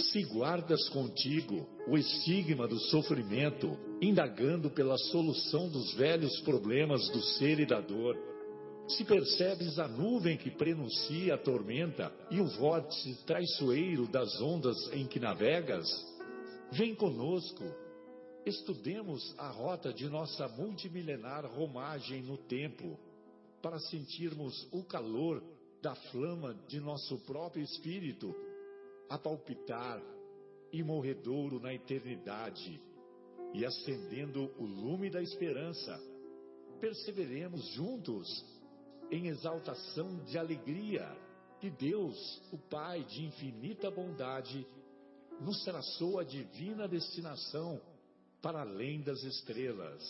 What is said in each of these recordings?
Se guardas contigo o estigma do sofrimento, indagando pela solução dos velhos problemas do ser e da dor, se percebes a nuvem que prenuncia a tormenta e o vórtice traiçoeiro das ondas em que navegas, vem conosco, estudemos a rota de nossa multimilenar romagem no tempo, para sentirmos o calor da flama de nosso próprio espírito a palpitar imorredouro na eternidade, e acendendo o lume da esperança, perseveremos juntos em exaltação de alegria que Deus, o Pai de infinita bondade, nos traçou a divina destinação para além das estrelas.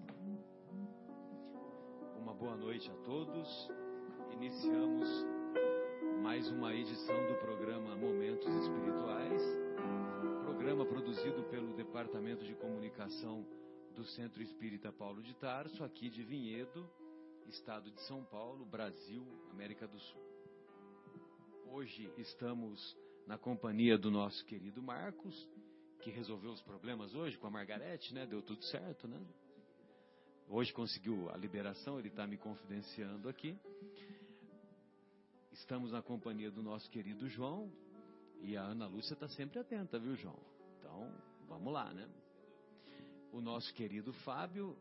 Uma boa noite a todos. Iniciamos mais uma edição do programa Momentos Espirituais, programa produzido pelo Departamento de Comunicação do Centro Espírita Paulo de Tarso, aqui de Vinhedo, Estado de São Paulo, Brasil, América do Sul. Hoje estamos na companhia do nosso querido Marcos, que resolveu os problemas hoje com a Margarete, né? Deu tudo certo, né? Hoje conseguiu a liberação, ele está me confidenciando aqui. Estamos na companhia do nosso querido João, e a Ana Lúcia está sempre atenta, viu, João? Então, vamos lá, né? O nosso querido Fábio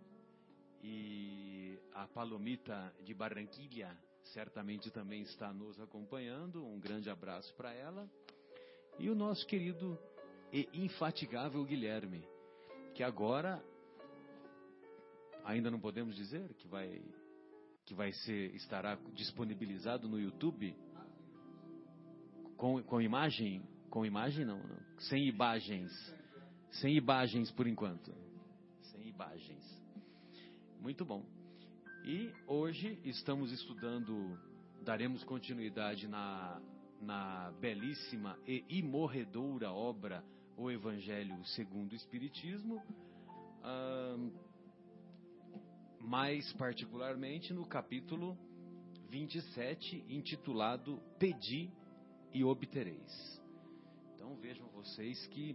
e a Palomita de Barranquilla certamente também está nos acompanhando. Um grande abraço para ela. E o nosso querido e infatigável Guilherme, que agora ainda não podemos dizer que estará disponibilizado no YouTube com imagem não, sem imagens por enquanto, sem imagens. Muito bom. E hoje estamos estudando, daremos continuidade na belíssima e imorredoura obra O Evangelho segundo o Espiritismo, mais particularmente no capítulo 27, intitulado Pedi e Obtereis. Então vejam vocês que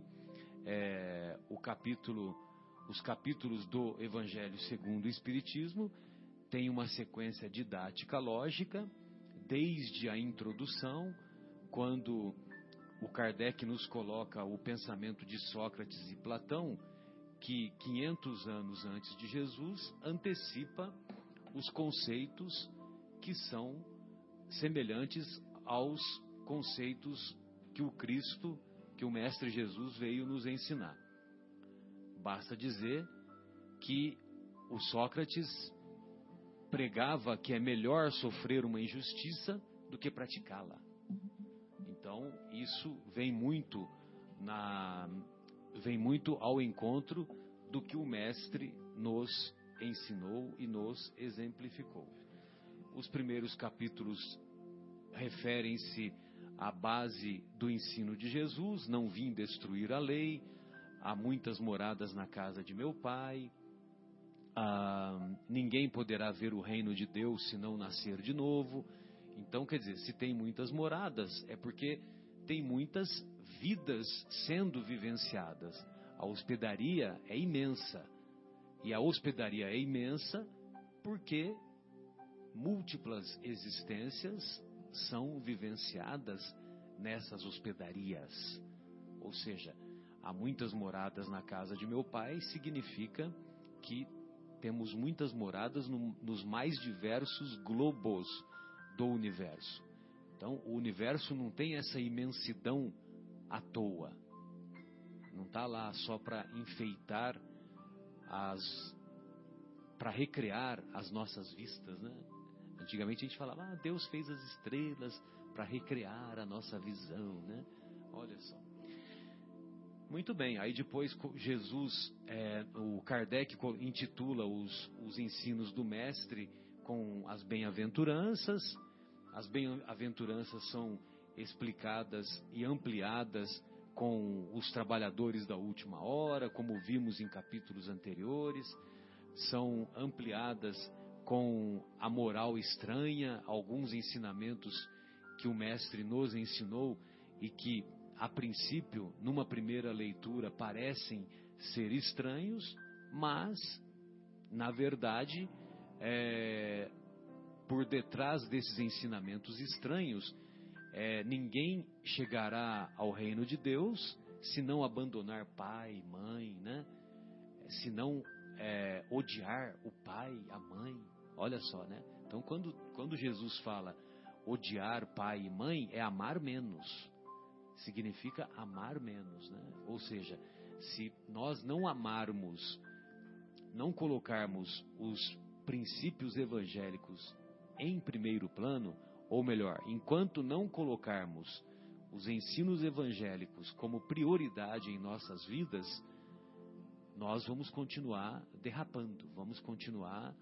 os capítulos do Evangelho segundo o Espiritismo têm uma sequência didática lógica, desde a introdução, quando o Kardec nos coloca o pensamento de Sócrates e Platão, que 500 anos antes de Jesus antecipa os conceitos que são semelhantes aos conceitos que o Cristo, que o Mestre Jesus veio nos ensinar. Basta dizer que o Sócrates pregava que é melhor sofrer uma injustiça do que praticá-la. Então, isso vem muito ao encontro do que o Mestre nos ensinou e nos exemplificou. Os primeiros capítulos referem-se à base do ensino de Jesus: não vim destruir a lei, há muitas moradas na casa de meu Pai, ninguém poderá ver o reino de Deus se não nascer de novo. Então, quer dizer, se tem muitas moradas, é porque tem muitas vidas sendo vivenciadas. A hospedaria é imensa. E a hospedaria é imensa porque múltiplas existências são vivenciadas nessas hospedarias. Ou seja, há muitas moradas na casa de meu Pai, significa que temos muitas moradas nos mais diversos globos do universo. Então, o universo não tem essa imensidão à toa. Não está lá só para enfeitar, para recriar as nossas vistas, né? Antigamente a gente falava, Deus fez as estrelas para recriar a nossa visão, né? Olha só. Muito bem, aí depois Jesus, o Kardec intitula os ensinos do Mestre com as bem-aventuranças. As bem-aventuranças são explicadas e ampliadas com os trabalhadores da última hora, como vimos em capítulos anteriores. São ampliadas com a moral estranha, alguns ensinamentos que o Mestre nos ensinou e que a princípio, numa primeira leitura, parecem ser estranhos, mas, na verdade, por detrás desses ensinamentos estranhos, ninguém chegará ao reino de Deus se não abandonar pai e mãe, né? Se não odiar o pai, a mãe. Olha só, né? Então, quando Jesus fala odiar pai e mãe, é amar menos. Significa amar menos, né? Ou seja, se nós não amarmos, não colocarmos os princípios evangélicos em primeiro plano, ou melhor, enquanto não colocarmos os ensinos evangélicos como prioridade em nossas vidas, nós vamos continuar derrapando, vamos continuar,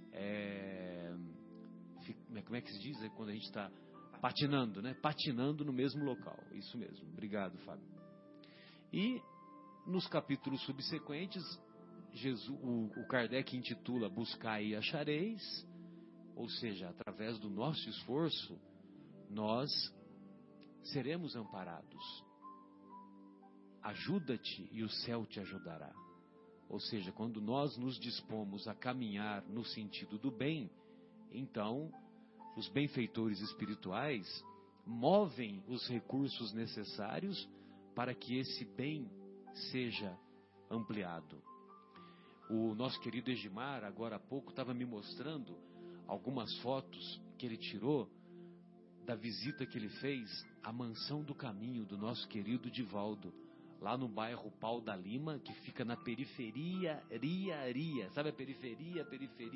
como é que se diz quando a gente está patinando, né? Patinando no mesmo local. Isso mesmo. Obrigado, Fábio. E nos capítulos subsequentes, o Kardec intitula Buscai e achareis, ou seja, através do nosso esforço, nós seremos amparados. Ajuda-te e o céu te ajudará. Ou seja, quando nós nos dispomos a caminhar no sentido do bem, então os benfeitores espirituais movem os recursos necessários para que esse bem seja ampliado. O nosso querido Egimar, agora há pouco, estava me mostrando algumas fotos que ele tirou da visita que ele fez à Mansão do Caminho do nosso querido Divaldo, lá no bairro Pau da Lima, que fica na periferia, sabe a periferia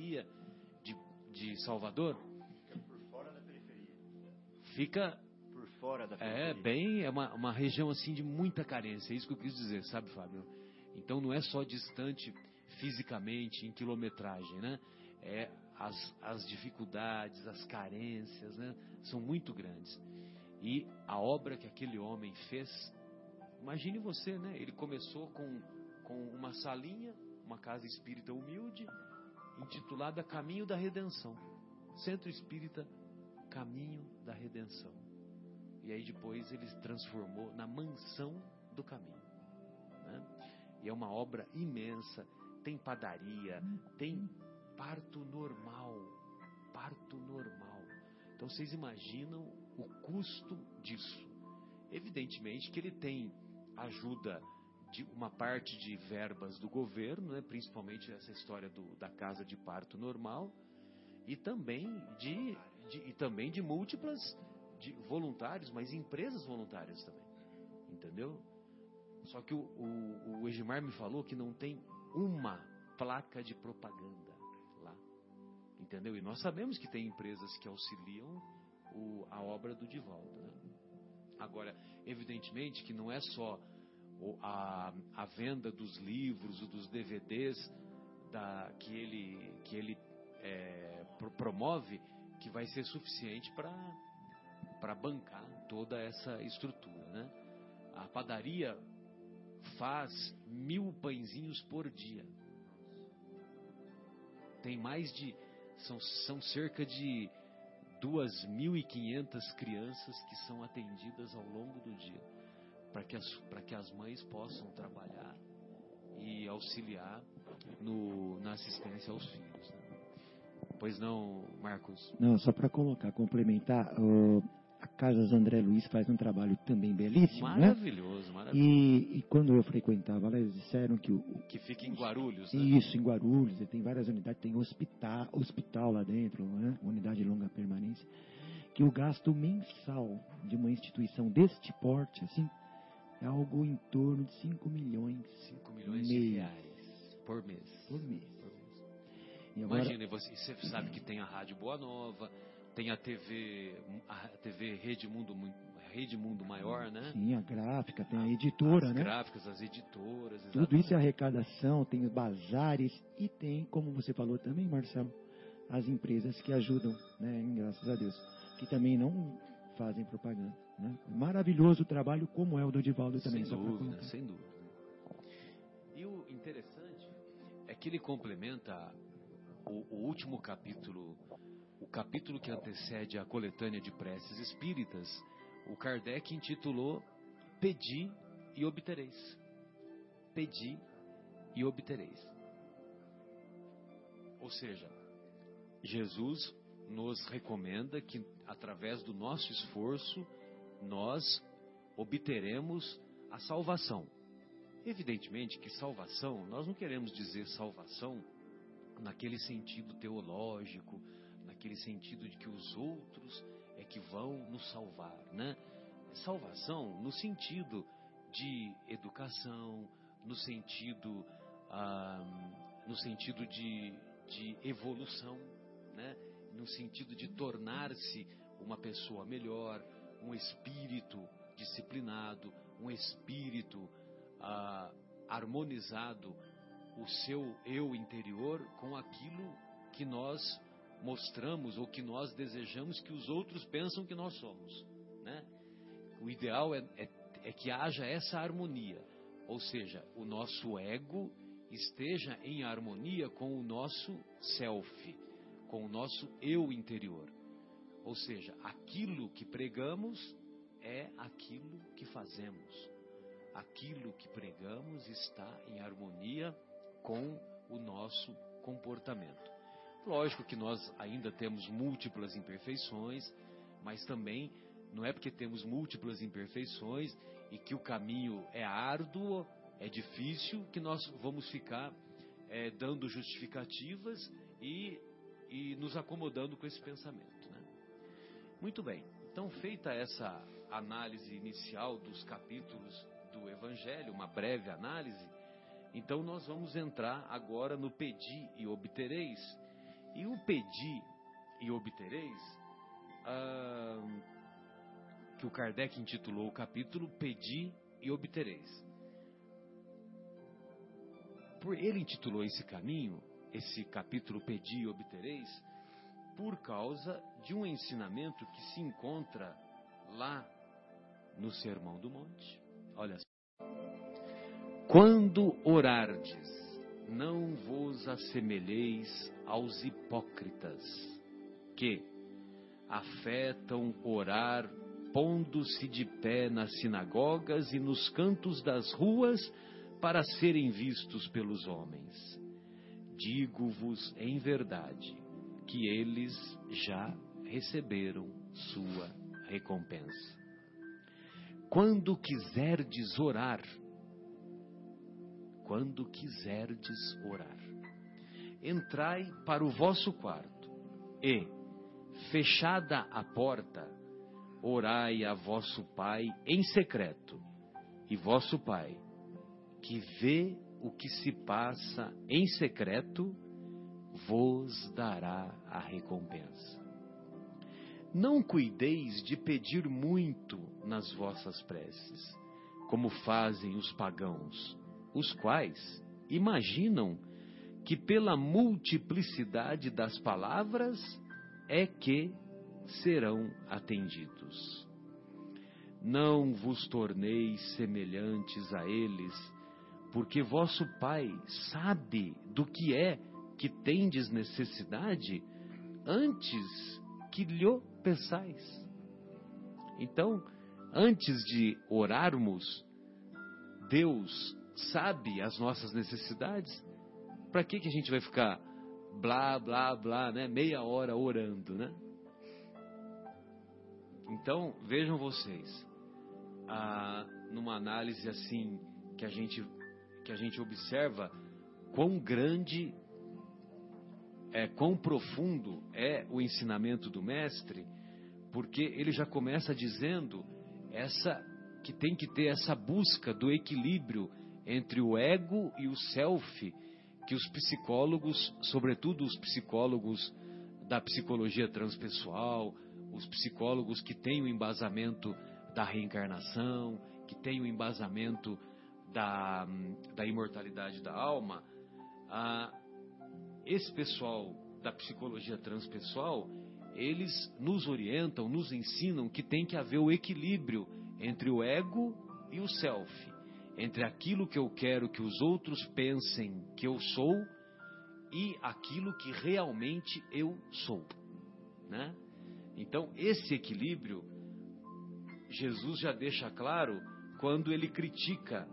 de Salvador? Fica por fora da periferia. É uma região assim de muita carência, é isso que eu quis dizer, sabe, Fábio? Então não é só distante fisicamente, em quilometragem, né? As dificuldades, as carências, né? São muito grandes. E a obra que aquele homem fez, imagine você, né? Ele começou com uma salinha, uma casa espírita humilde, intitulada Caminho da Redenção. Centro Espírita Caminho da Redenção. E aí depois ele se transformou na Mansão do Caminho, né? E é uma obra imensa. Tem padaria, tem parto normal. Então vocês imaginam o custo disso. Evidentemente que ele tem ajuda de uma parte de verbas do governo, né? Principalmente essa história da casa de parto normal, e também de múltiplas de voluntários, mas empresas voluntárias também, entendeu? Só que o Egimar me falou que não tem uma placa de propaganda lá, entendeu? E nós sabemos que tem empresas que auxiliam a obra do Divaldo, né? Agora, evidentemente que não é só a venda dos livros ou dos DVDs que ele promove, que vai ser suficiente para bancar toda essa estrutura, né? A padaria faz 1000 pãezinhos por dia. Tem são cerca de 2.500 crianças que são atendidas ao longo do dia, para que as mães possam trabalhar e auxiliar na assistência aos filhos, né? Pois não, Marcos? Não, só para complementar, a Casas André Luiz faz um trabalho também belíssimo, maravilhoso, né? Maravilhoso. E quando eu frequentava lá, eles disseram que fica em Guarulhos, né? Isso, em Guarulhos, tem várias unidades, tem hospital lá dentro, né? Unidade de longa permanência, que o gasto mensal de uma instituição deste porte, assim, é algo em torno de 5 milhões. 5 milhões de reais por mês. E agora, imagina, você sabe que tem a Rádio Boa Nova, tem a TV Rede Mundo Maior, né? Sim, a gráfica, tem a editora, né? As gráficas, as editoras. Exatamente. Tudo isso é arrecadação, tem bazares e tem, como você falou também, Marcelo, as empresas que ajudam, né? Graças a Deus, que também não fazem propaganda, né? Maravilhoso o trabalho, como é o do Divaldo também. Sem dúvida. E o interessante é que ele complementa o último capítulo, o capítulo que antecede a coletânea de preces espíritas. O Kardec intitulou pedi e obtereis. Pedi e obtereis. Ou seja, Jesus nos recomenda que através do nosso esforço nós obteremos a salvação. Evidentemente que salvação, nós não queremos dizer salvação naquele sentido teológico, naquele sentido de que os outros é que vão nos salvar, né? Salvação no sentido de educação, no sentido de evolução, né? No sentido de tornar-se uma pessoa melhor, um espírito disciplinado, um espírito harmonizado, o seu eu interior com aquilo que nós mostramos ou que nós desejamos que os outros pensam que nós somos, né? O ideal é que haja essa harmonia, ou seja, o nosso ego esteja em harmonia com o nosso self, com o nosso eu interior. Ou seja, aquilo que pregamos é aquilo que fazemos. Aquilo que pregamos está em harmonia com o nosso comportamento. Lógico que nós ainda temos múltiplas imperfeições, mas também não é porque temos múltiplas imperfeições e que o caminho é árduo, é difícil, que nós vamos ficar dando justificativas e nos acomodando com esse pensamento, né? Muito bem, então feita essa análise inicial dos capítulos do Evangelho, uma breve análise, então nós vamos entrar agora no pedi e obtereis. E o pedi e obtereis, que o Kardec intitulou o capítulo Pedi e Obtereis. Ele intitulou esse caminho, esse capítulo Pedi e Obtereis, por causa de um ensinamento que se encontra lá no Sermão do Monte. Olha só. Quando orardes, não vos assemelheis aos hipócritas, que afetam orar pondo-se de pé nas sinagogas e nos cantos das ruas para serem vistos pelos homens. Digo-vos em verdade que eles já receberam sua recompensa. Quando quiserdes orar, entrai para o vosso quarto e, fechada a porta, orai a vosso Pai em secreto, e vosso Pai, que vê o que se passa em secreto, vos dará a recompensa. Não cuideis de pedir muito nas vossas preces, como fazem os pagãos, os quais imaginam que pela multiplicidade das palavras é que serão atendidos. Não vos torneis semelhantes a eles, porque vosso Pai sabe do que é que tendes necessidade antes que lhe peçais. Então, antes de orarmos, Deus sabe as nossas necessidades. Para que a gente vai ficar blá, blá, blá, né? Meia hora orando, né? Então, vejam vocês, numa análise assim, que a gente observa quão grande, quão profundo é o ensinamento do Mestre, porque ele já começa dizendo que tem que ter essa busca do equilíbrio entre o ego e o self, que os psicólogos, sobretudo os psicólogos da psicologia transpessoal, os psicólogos que têm o embasamento da reencarnação, que têm o embasamento da imortalidade da alma, esse pessoal da psicologia transpessoal, eles nos orientam, nos ensinam que tem que haver o equilíbrio entre o ego e o self, entre aquilo que eu quero que os outros pensem que eu sou e aquilo que realmente eu sou, né? Então, esse equilíbrio, Jesus já deixa claro quando ele critica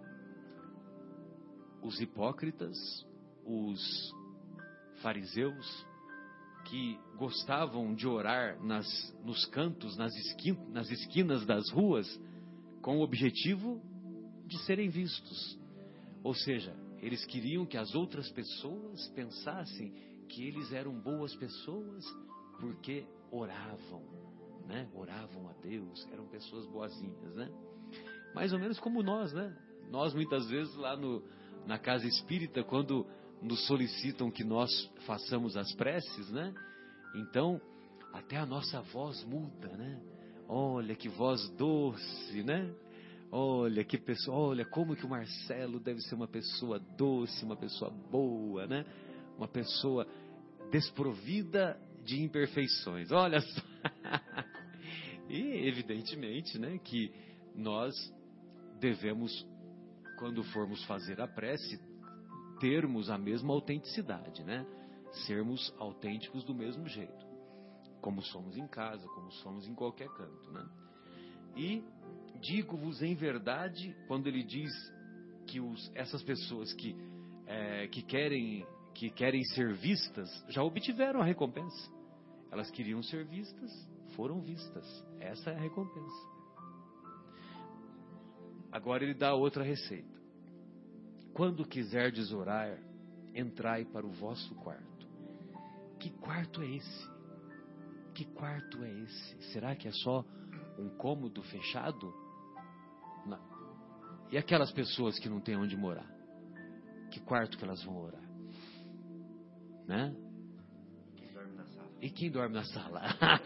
os hipócritas, os fariseus, que gostavam de orar nos cantos, nas esquinas das ruas, com o objetivo de serem vistos. Ou seja, eles queriam que as outras pessoas pensassem que eles eram boas pessoas porque oravam, né? Oravam a Deus, eram pessoas boazinhas, né? Mais ou menos como nós, né? Nós muitas vezes lá na casa espírita, quando nos solicitam que nós façamos as preces, né? Então, até a nossa voz muda, né? Olha que voz doce, né? Olha que pessoa, olha como que o Marcelo deve ser uma pessoa doce, uma pessoa boa, né? Uma pessoa desprovida de imperfeições. Olha só. E evidentemente, né, que nós devemos, quando formos fazer a prece, termos a mesma autenticidade, né? Sermos autênticos do mesmo jeito, como somos em casa, como somos em qualquer canto, né? E digo-vos em verdade, quando ele diz que essas pessoas que querem ser vistas, já obtiveram a recompensa. Elas queriam ser vistas, foram vistas. Essa é a recompensa. Agora ele dá outra receita. Quando quiserdes orar, entrai para o vosso quarto. Que quarto é esse? Que quarto é esse? Será que é só um cômodo fechado? Não. E aquelas pessoas que não têm onde morar? Que quarto que elas vão orar? Né? Quem dorme na sala. E quem dorme na sala?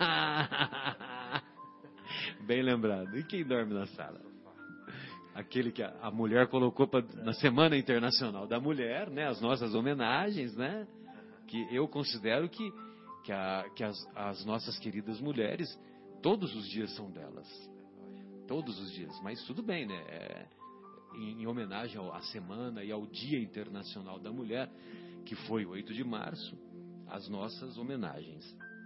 Bem lembrado. E quem dorme na sala? Aquele que a mulher colocou na Semana Internacional da Mulher, né? As nossas homenagens, né? Que eu considero que as nossas queridas mulheres, todos os dias são delas. Todos os dias. Mas tudo bem, né? Em homenagem à Semana e ao Dia Internacional da Mulher, que foi 8 de março, as nossas homenagens.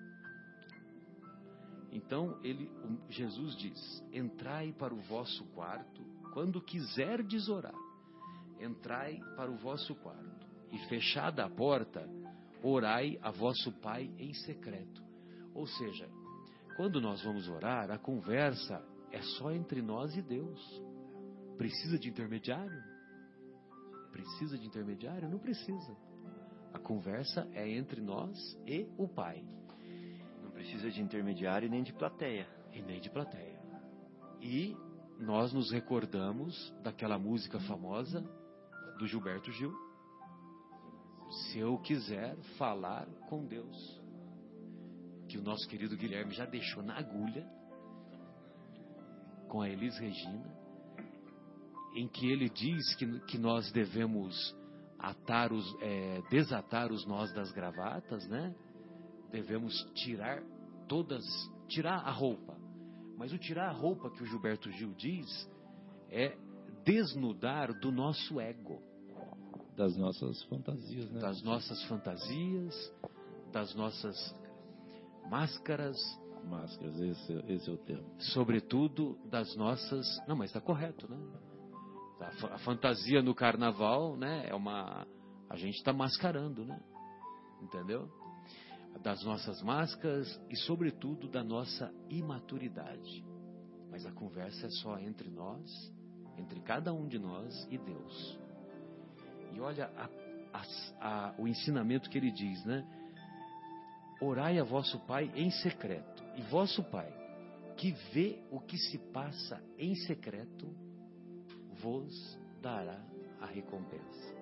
Então, Jesus diz: entrai para o vosso quarto, quando quiserdes orar. Entrai para o vosso quarto, e fechada a porta, orai a vosso Pai em secreto. Ou seja, quando nós vamos orar, a conversa é só entre nós e Deus. Precisa de intermediário? Precisa de intermediário? Não precisa. A conversa é entre nós e o Pai. Não precisa de intermediário nem de plateia. E nem de plateia. E nós nos recordamos daquela música famosa do Gilberto Gil. Se eu quiser falar com Deus, que o nosso querido Guilherme já deixou na agulha, com a Elis Regina, em que ele diz que nós devemos desatar os nós das gravatas, né? Devemos tirar a roupa. Mas o tirar a roupa que o Gilberto Gil diz é desnudar do nosso ego. Das nossas fantasias, né? Das nossas fantasias, das nossas máscaras. Máscaras, esse é o termo. Sobretudo das nossas... Não, mas está correto, né? A fantasia no carnaval, né? A gente está mascarando, né? Entendeu? Das nossas máscaras e, sobretudo, da nossa imaturidade. Mas a conversa é só entre nós, entre cada um de nós e Deus. E olha o ensinamento que ele diz, né? Orai a vosso Pai em secreto. E vosso Pai, que vê o que se passa em secreto, vos dará a recompensa.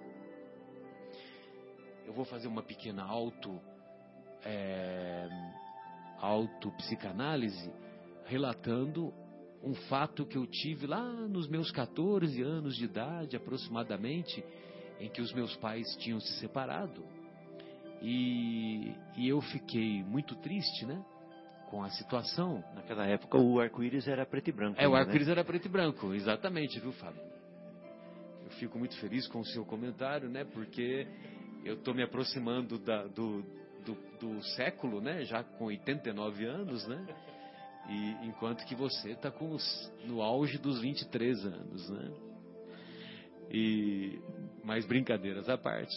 Eu vou fazer uma pequena autopsicanálise, relatando um fato que eu tive lá nos meus 14 anos de idade, aproximadamente, em que os meus pais tinham se separado. E eu fiquei muito triste, né, com a situação. Naquela época o arco-íris era preto e branco. O arco-íris, né? Era preto e branco, exatamente, viu, Fábio? Eu fico muito feliz com o seu comentário, né, porque eu estou me aproximando do século, né, já com 89 anos, né, E enquanto que você está no auge dos 23 anos, né? Mas brincadeiras à parte.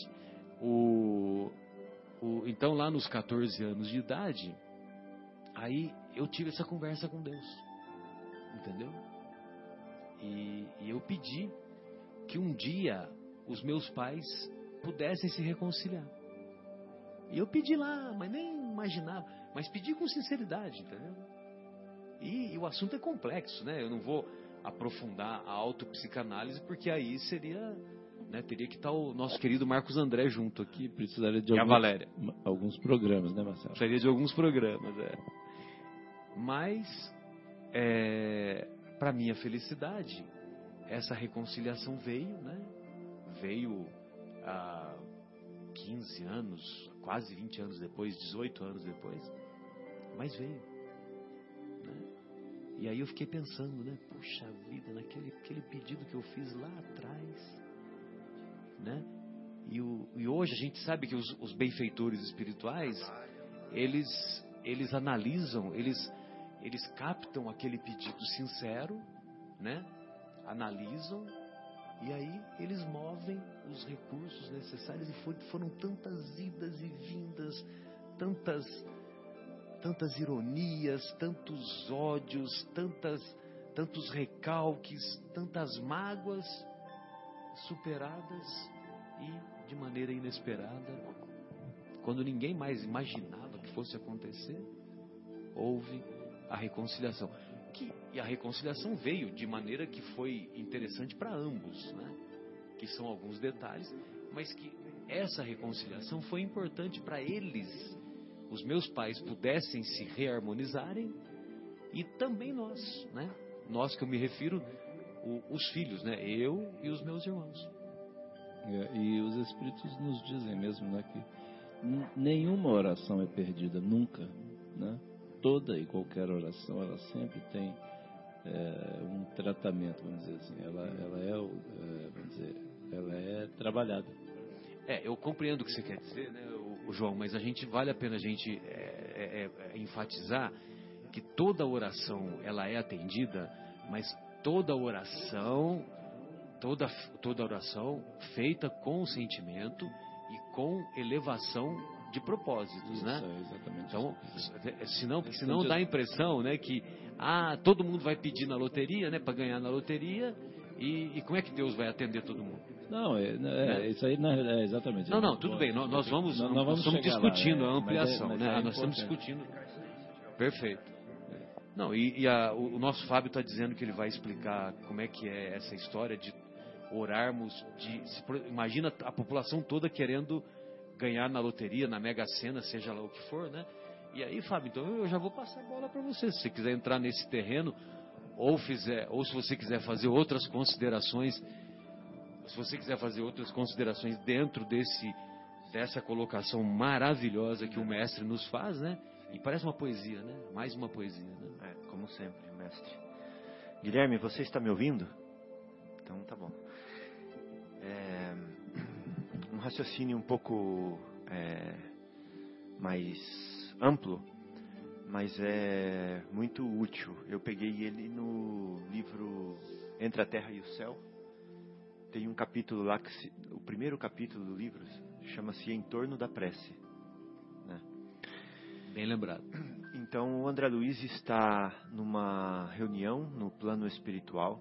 Então lá nos 14 anos de idade, aí eu tive essa conversa com Deus, entendeu? E eu pedi que um dia os meus pais pudessem se reconciliar. E eu pedi lá, mas nem imaginava, mas pedi com sinceridade, entendeu? E o assunto é complexo, né? Eu não vou aprofundar a autopsicanálise, porque aí seria, né, teria que estar o nosso querido Marcos André junto aqui. Precisaria de a Valéria. Alguns programas, né, Marcelo? Precisaria de alguns programas, Mas, para minha felicidade, essa reconciliação veio, né? Veio há 15 anos, quase 20 anos depois, 18 anos depois, mas veio, né? E aí eu fiquei pensando, né? Puxa vida, aquele pedido que eu fiz lá atrás, né? E hoje a gente sabe que os benfeitores espirituais, eles analisam, eles captam aquele pedido sincero, né? Analisam, e aí eles movem os recursos necessários, e foram tantas idas e vindas, tantas ironias, tantos ódios, tantos recalques, tantas mágoas superadas, e de maneira inesperada, quando ninguém mais imaginava que fosse acontecer, houve a reconciliação. E a reconciliação veio de maneira que foi interessante para ambos, né? Que são alguns detalhes, mas que essa reconciliação foi importante para eles, os meus pais, pudessem se reharmonizarem, e também nós, né? Nós, que eu me refiro, os filhos, né? Eu e os meus irmãos. E os Espíritos nos dizem mesmo, né, que nenhuma oração é perdida, nunca, né? Toda e qualquer oração, ela sempre tem um tratamento, vamos dizer assim. Ela é trabalhada. Eu compreendo o que você quer dizer, né, João, mas vale a pena a gente enfatizar que toda oração ela é atendida, mas toda oração feita com sentimento e com elevação de propósitos, Isso, né? Exatamente. Então, senão dá a impressão, né, que todo mundo vai pedir na loteria, né, para ganhar na loteria, e como é que Deus vai atender todo mundo? Não, isso aí exatamente. Não, tudo bem, nós estamos discutindo a ampliação, né? Nós estamos discutindo. Perfeito. Não, o nosso Fábio está dizendo que ele vai explicar como é que é essa história de orarmos, imagina a população toda querendo ganhar na loteria, na Mega Sena, seja lá o que for, né? E aí, Fábio, então eu já vou passar a bola para você. Se você quiser entrar nesse terreno, ou se você quiser fazer outras considerações, dentro dessa colocação maravilhosa que o mestre nos faz, né? E parece uma poesia, né? Mais uma poesia, né? Como sempre, mestre. Guilherme, você está me ouvindo? Então tá bom. Um raciocínio um pouco mais amplo, mas é muito útil. Eu peguei ele no livro Entre a Terra e o Céu. Tem um capítulo lá, o primeiro capítulo do livro chama-se Em Torno da Prece, né? Bem lembrado. Então o André Luiz está numa reunião no plano espiritual,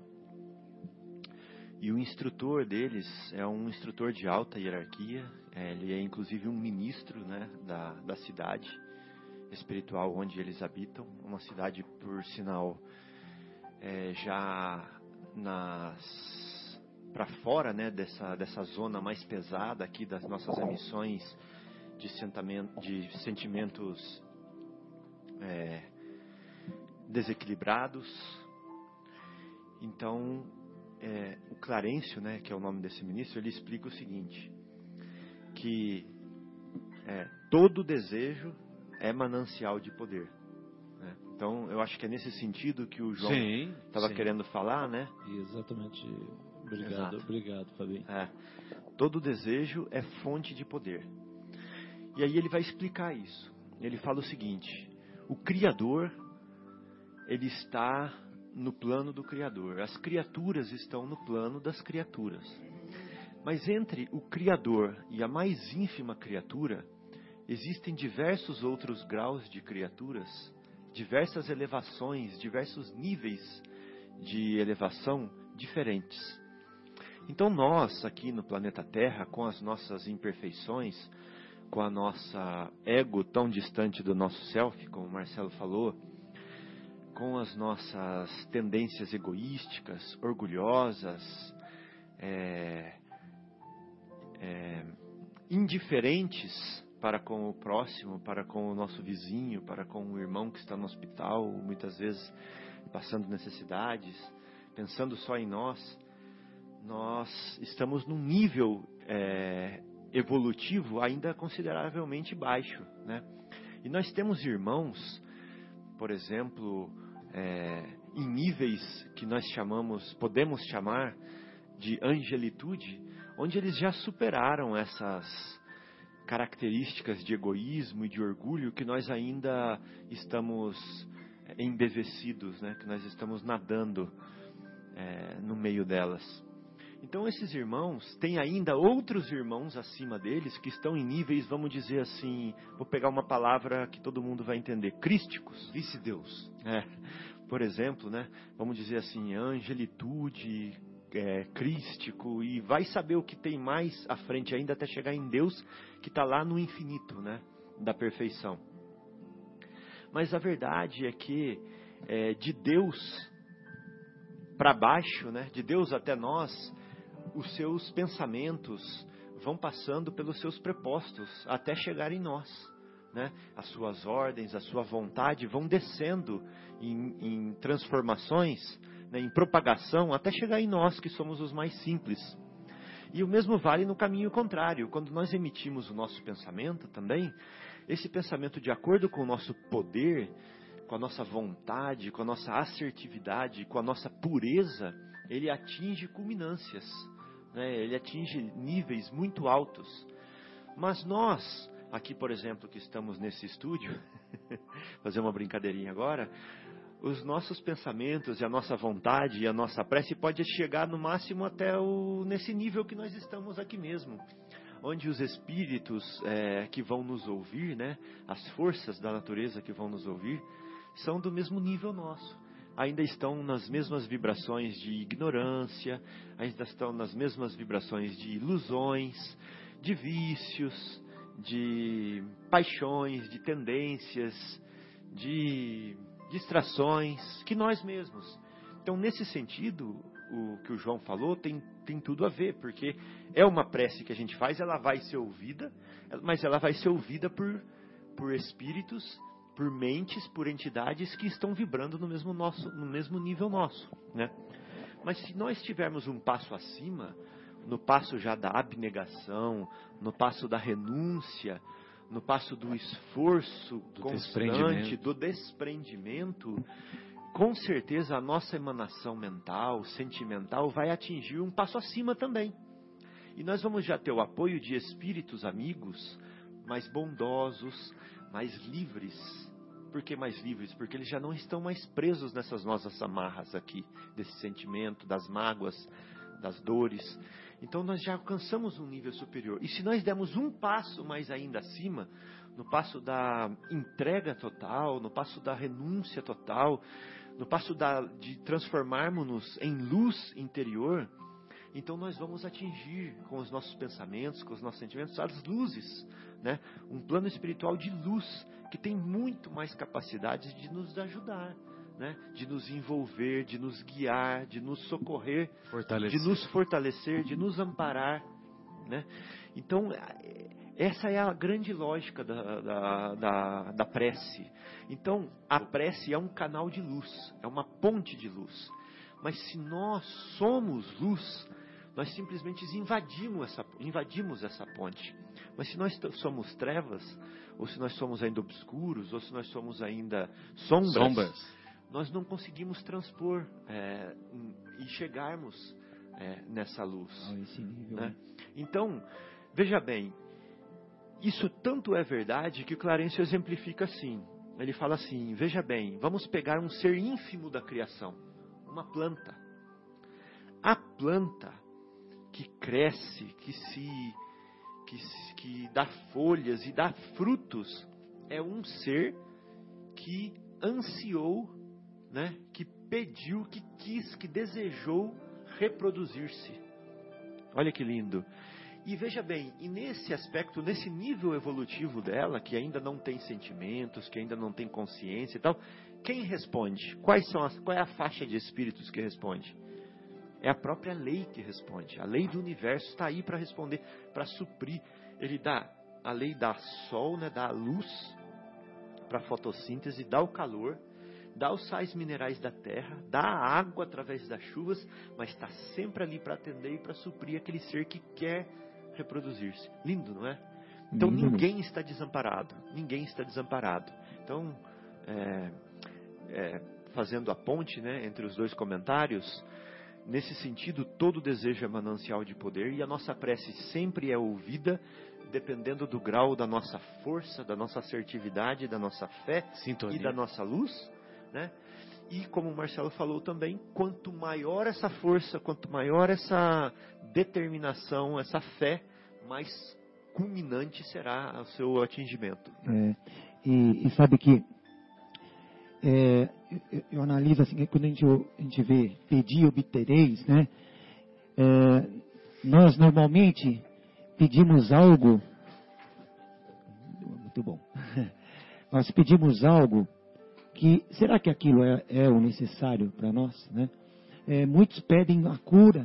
e o instrutor deles é um instrutor de alta hierarquia. Ele é inclusive um ministro, né, da cidade espiritual onde eles habitam. Uma cidade, por sinal, já para fora, né, dessa zona mais pesada aqui das nossas emissões de sentimentos desequilibrados. Então, o Clarencio, né, que é o nome desse ministro, ele explica o seguinte, que todo desejo é manancial de poder, né? Então, eu acho que é nesse sentido que o João estava querendo falar, né? Exatamente. Exato. Obrigado, Fabinho. Todo desejo é fonte de poder. E aí ele vai explicar isso. Ele fala o seguinte: o Criador, ele está no plano do Criador. As criaturas estão no plano das criaturas. Mas entre o Criador e a mais ínfima criatura, existem diversos outros graus de criaturas, diversas elevações, diversos níveis de elevação diferentes. Então nós, aqui no planeta Terra, com as nossas imperfeições, com a nossa ego tão distante do nosso self, como o Marcelo falou, com as nossas tendências egoísticas, orgulhosas, indiferentes para com o próximo, para com o nosso vizinho, para com o irmão que está no hospital, muitas vezes passando necessidades, pensando só em nós estamos num nível evolutivo ainda consideravelmente baixo, né? E nós temos irmãos, por exemplo, em níveis que nós podemos chamar de angelitude, onde eles já superaram essas características de egoísmo e de orgulho que nós ainda estamos embevecidos, né? Que nós estamos nadando no meio delas. Então esses irmãos têm ainda outros irmãos acima deles que estão em níveis, vamos dizer assim, vou pegar uma palavra que todo mundo vai entender, crísticos. Vice-Deus. Por exemplo, né? Vamos dizer assim, angelitude, crístico, e vai saber o que tem mais à frente ainda até chegar em Deus, que está lá no infinito, né? Da perfeição. Mas a verdade é que de Deus para baixo, né? De Deus até nós, os seus pensamentos vão passando pelos seus prepostos até chegar em nós, né? As suas ordens, a sua vontade vão descendo em transformações, né? Em propagação até chegar em nós, que somos os mais simples. E o mesmo vale no caminho contrário. Quando nós emitimos o nosso pensamento também, esse pensamento, de acordo com o nosso poder, com a nossa vontade, com a nossa assertividade, com a nossa pureza, ele atinge culminâncias, né? Ele atinge níveis muito altos. Mas nós, aqui por exemplo, que estamos nesse estúdio, fazer uma brincadeirinha agora, os nossos pensamentos e a nossa vontade e a nossa prece pode chegar no máximo até nesse nível que nós estamos aqui mesmo, onde os espíritos que vão nos ouvir, né, as forças da natureza que vão nos ouvir, são do mesmo nível nosso. Ainda estão nas mesmas vibrações de ignorância, ainda estão nas mesmas vibrações de ilusões, de vícios, de paixões, de tendências, de distrações, que nós mesmos. Então, nesse sentido, o que o João falou tem tudo a ver, porque é uma prece que a gente faz, ela vai ser ouvida, mas ela vai ser ouvida por espíritos, por mentes, por entidades que estão vibrando no mesmo nível nosso, né? Mas se nós tivermos um passo acima, no passo já da abnegação, no passo da renúncia, no passo do esforço constante, do desprendimento, com certeza a nossa emanação mental, sentimental, vai atingir um passo acima também. E nós vamos já ter o apoio de espíritos amigos, mais bondosos, mais livres. Por que mais livres? Porque eles já não estão mais presos nessas nossas amarras aqui, desse sentimento, das mágoas, das dores. Então nós já alcançamos um nível superior. E se nós dermos um passo mais ainda acima, no passo da entrega total, no passo da renúncia total, no passo de transformarmos-nos em luz interior, então nós vamos atingir com os nossos pensamentos, com os nossos sentimentos, as luzes, né? Um plano espiritual de luz que tem muito mais capacidade de nos ajudar, né? De nos envolver, de nos guiar, de nos socorrer, de nos fortalecer, de nos amparar, né? Então, essa é a grande lógica da prece. Então, a prece é um canal de luz, é uma ponte de luz. Mas se nós somos luz, nós simplesmente invadimos essa ponte. Mas se nós somos trevas, ou se nós somos ainda obscuros, ou se nós somos ainda sombras, nós não conseguimos transpor e chegarmos nessa luz. Esse nível, né? Então, veja bem, isso tanto é verdade que o Clarencio exemplifica assim. ele fala assim, veja bem, vamos pegar um ser ínfimo da criação, uma planta. A planta que cresce, que dá folhas e dá frutos, é um ser que ansiou, né, que pediu, que quis, que desejou reproduzir-se. Olha que lindo. E veja bem, e nesse aspecto, nesse nível evolutivo dela, que ainda não tem sentimentos, que ainda não tem consciência e tal, quem responde? Qual é a faixa de espíritos que responde? É a própria lei que responde. A lei do universo está aí para responder, para suprir. A lei dá sol, né, dá a luz para a fotossíntese, dá o calor, dá os sais minerais da terra, dá a água através das chuvas, mas está sempre ali para atender e para suprir aquele ser que quer reproduzir-se. Lindo, não é? Então ninguém está desamparado. Ninguém está desamparado. Então, fazendo a ponte, né, entre os dois comentários, nesse sentido, todo desejo é manancial de poder e a nossa prece sempre é ouvida, dependendo do grau da nossa força, da nossa assertividade, da nossa fé e da nossa luz, né? E como o Marcelo falou também, quanto maior essa força, quanto maior essa determinação, essa fé, mais culminante será o seu atingimento. E sabe que eu analiso assim, que quando a gente vê pedir obtereis, né? Nós normalmente pedimos algo, muito bom, nós pedimos algo que, será que aquilo é o necessário para nós, né? Muitos pedem a cura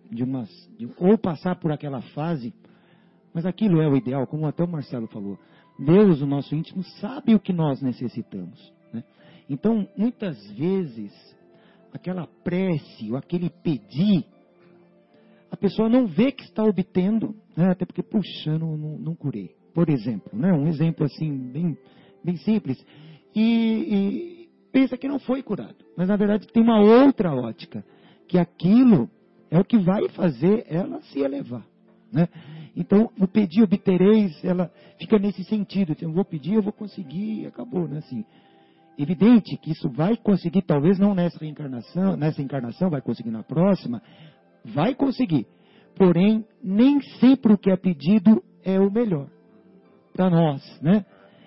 ou passar por aquela fase, mas aquilo é o ideal, como até o Marcelo falou. Deus, o nosso íntimo, sabe o que nós necessitamos, né? Então, muitas vezes, aquela prece, ou aquele pedir, a pessoa não vê que está obtendo, né? Até porque, puxa, não curei. Por exemplo, né? Um exemplo assim, bem simples. E pensa que não foi curado. Mas, na verdade, tem uma outra ótica. Que aquilo é o que vai fazer ela se elevar, né? Então, o pedir obtereis, ela fica nesse sentido. Eu vou pedir, eu vou conseguir, e acabou, né? Assim, evidente que isso vai conseguir, talvez não nessa encarnação, vai conseguir na próxima, vai conseguir. Porém, nem sempre o que é pedido é o melhor para nós, né?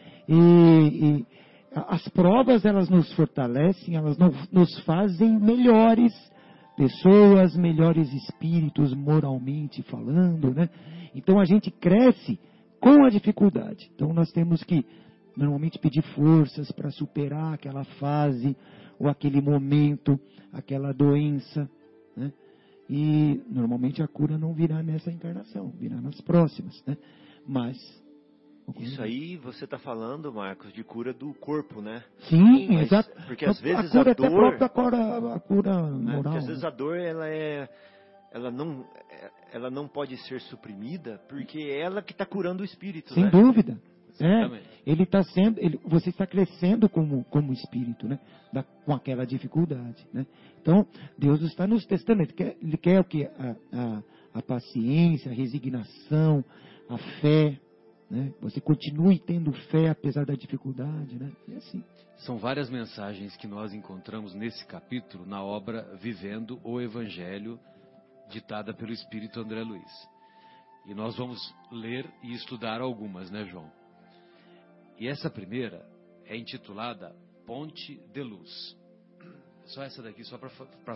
E as provas, elas nos fortalecem, elas nos fazem melhores pessoas, melhores espíritos, moralmente falando, né? Então a gente cresce com a dificuldade. Então nós temos que normalmente pedir forças para superar aquela fase, ou aquele momento, aquela doença, né? E normalmente a cura não virá nessa encarnação, virá nas próximas, né? Mas isso aí você está falando, Marcos, de cura do corpo, né? Sim, exato. Porque às vezes a cura dor, até a cura moral. Porque às vezes a dor ela não pode ser suprimida, porque é ela que está curando o espírito, sem né? dúvida. Ele está você está crescendo como espírito, né? Com aquela dificuldade, né? Então Deus está nos testando. Ele quer o que? A paciência, a resignação, a fé, né? Você continue tendo fé apesar da dificuldade, né? E assim. São várias mensagens que nós encontramos nesse capítulo na obra Vivendo o Evangelho, ditada pelo Espírito André Luiz. E nós vamos ler e estudar algumas, né, João? E essa primeira é intitulada Ponte de Luz. Só essa daqui, só para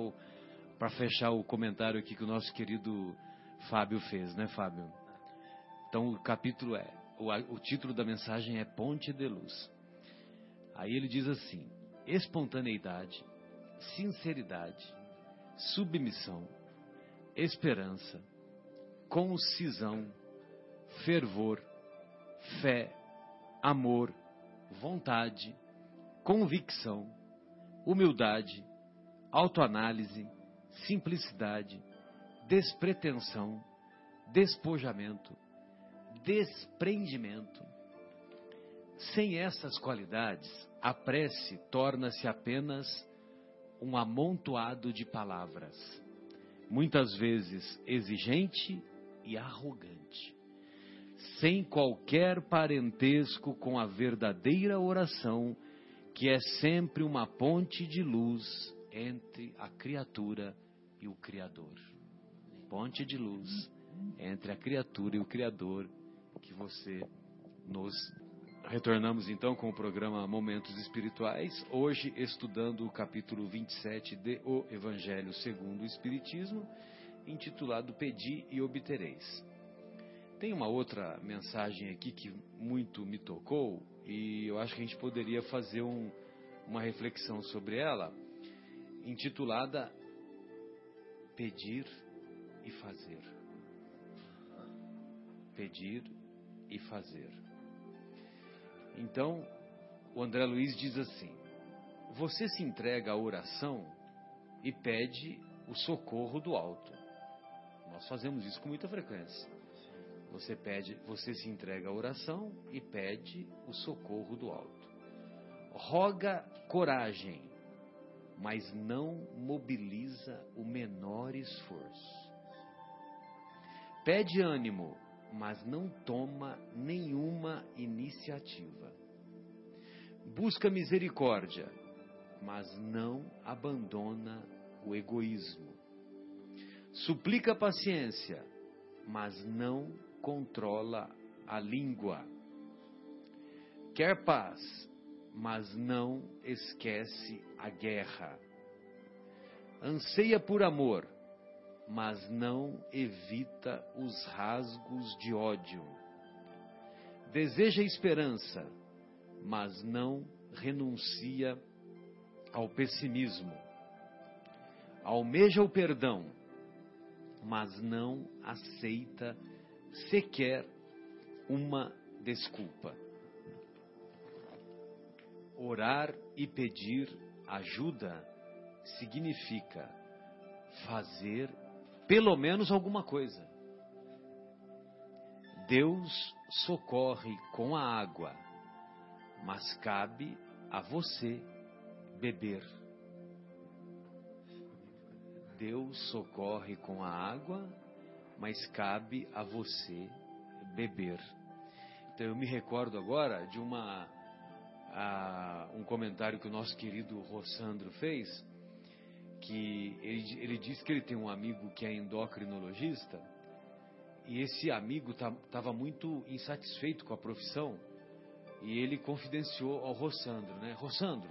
fechar o comentário aqui que o nosso querido Fábio fez, né, Fábio? Então o capítulo o título da mensagem é Ponte de Luz. Aí ele diz assim: espontaneidade, sinceridade, submissão, esperança, concisão, fervor, fé, amor, vontade, convicção, humildade, autoanálise, simplicidade, despretensão, despojamento, desprendimento. Sem essas qualidades, a prece torna-se apenas um amontoado de palavras, muitas vezes exigente e arrogante. sem qualquer parentesco com a verdadeira oração, que é sempre uma ponte de luz entre a criatura e o Criador. Ponte de luz entre a criatura e o Criador, que você nos... Retornamos então com o programa Momentos Espirituais, hoje estudando o capítulo 27 de O Evangelho segundo o Espiritismo, intitulado Pedi e Obtereis. Tem uma outra mensagem aqui que muito me tocou e eu acho que a gente poderia fazer uma reflexão sobre ela, intitulada Pedir e Fazer. Pedir e fazer. Então, o André Luiz diz assim: você se entrega à oração e pede o socorro do alto. Nós fazemos isso com muita frequência. Você se entrega à oração e pede o socorro do alto. Roga coragem, mas não mobiliza o menor esforço. Pede ânimo, mas não toma nenhuma iniciativa. Busca misericórdia, mas não abandona o egoísmo. Suplica paciência, mas não controla a língua. Quer paz, mas não esquece a guerra. Anseia por amor, mas não evita os rasgos de ódio. Deseja esperança, mas não renuncia ao pessimismo. Almeja o perdão, mas não aceita sequer uma desculpa. Orar e pedir ajuda significa fazer pelo menos alguma coisa. Deus socorre com a água, mas cabe a você beber. Deus socorre com a água, mas cabe a você beber. Então eu me recordo agora de um comentário que o nosso querido Rossandro fez, que ele disse que ele tem um amigo que é endocrinologista, e esse amigo estava muito insatisfeito com a profissão, e ele confidenciou ao Rossandro, né? Rossandro,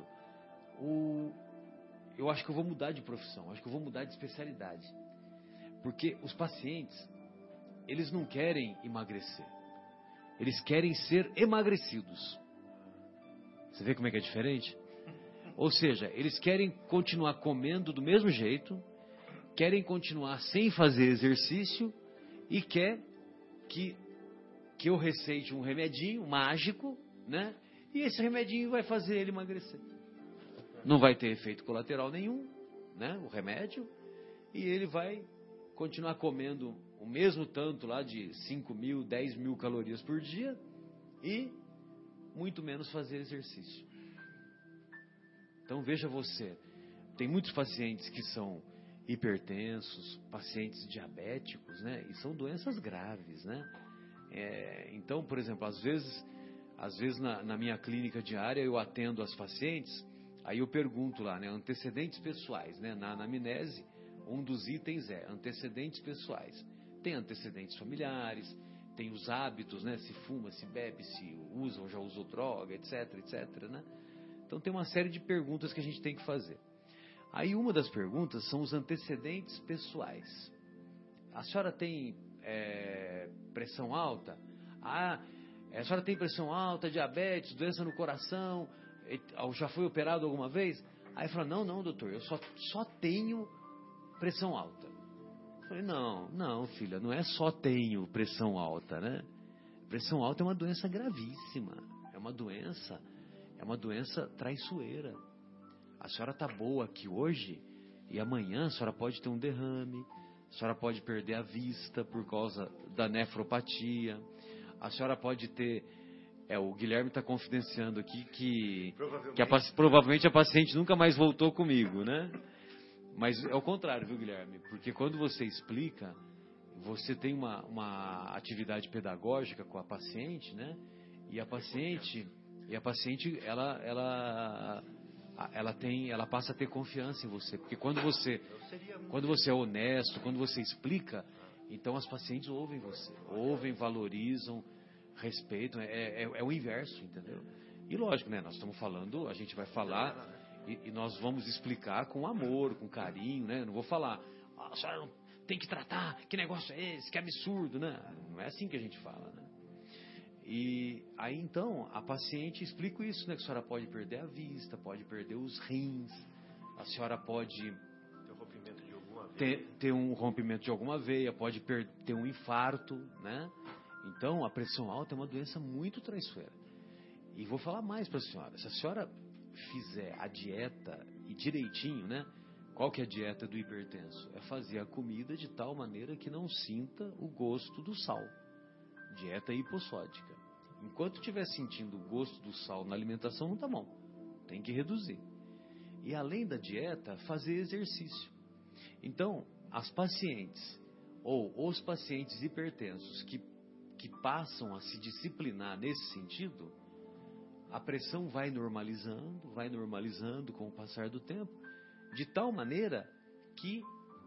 eu acho que eu vou mudar de profissão, acho que eu vou mudar de especialidade, porque os pacientes, eles não querem emagrecer, eles querem ser emagrecidos. Você vê como é que é diferente? Ou seja, eles querem continuar comendo do mesmo jeito, querem continuar sem fazer exercício e quer que eu receite um remedinho mágico, né? E esse remedinho vai fazer ele emagrecer. Não vai ter efeito colateral nenhum, né? O remédio. E ele vai continuar comendo o mesmo tanto lá de 5.000, 10.000 calorias por dia e muito menos fazer exercício. Então veja você, tem muitos pacientes que são hipertensos, pacientes diabéticos, né? E são doenças graves, né? Então, por exemplo, às vezes na minha clínica diária eu atendo as pacientes, aí eu pergunto lá, né? Antecedentes pessoais, né? Na anamnese, um dos itens é antecedentes pessoais. Tem antecedentes familiares, tem os hábitos, né? Se fuma, se bebe, se usa ou já usou droga, etc, etc, né? Então tem uma série de perguntas que a gente tem que fazer. Aí uma das perguntas são os antecedentes pessoais. A senhora tem pressão alta? A senhora tem pressão alta, diabetes, doença no coração, já foi operado alguma vez? Aí fala, não doutor, eu só tenho pressão alta. Eu falei, não filha, não é só tenho pressão alta, né? Pressão alta é uma doença gravíssima, é uma doença traiçoeira. A senhora está boa aqui hoje e amanhã a senhora pode ter um derrame, a senhora pode perder a vista por causa da nefropatia, a senhora pode ter... o Guilherme está confidenciando aqui que provavelmente a paciente nunca mais voltou comigo, né? Mas é o contrário, viu, Guilherme? Porque quando você explica, você tem uma atividade pedagógica com a paciente, né? E a paciente ela passa a ter confiança em você, porque quando você é honesto, quando você explica, então as pacientes ouvem você, valorizam, respeitam, é o inverso, entendeu? E lógico, né? Nós estamos falando, a gente vai falar e nós vamos explicar com amor, com carinho, né? Eu não vou falar, a senhora não tem que tratar, que negócio é esse, que absurdo, né? Não é assim que a gente fala, né? E aí então a paciente explica isso, né? Que a senhora pode perder a vista, pode perder os rins, a senhora pode ter um rompimento de alguma veia, pode ter um infarto, né? Então a pressão alta é uma doença muito traiçoeira. E vou falar mais para a senhora. Se a senhora fizer a dieta e direitinho, né? Qual que é a dieta do hipertenso? É fazer a comida de tal maneira que não sinta o gosto do sal. Dieta hipossódica. Enquanto estiver sentindo o gosto do sal na alimentação, não está bom. Tem que reduzir. E além da dieta, fazer exercício. Então, as pacientes ou os pacientes hipertensos que passam a se disciplinar nesse sentido, a pressão vai normalizando com o passar do tempo, de tal maneira que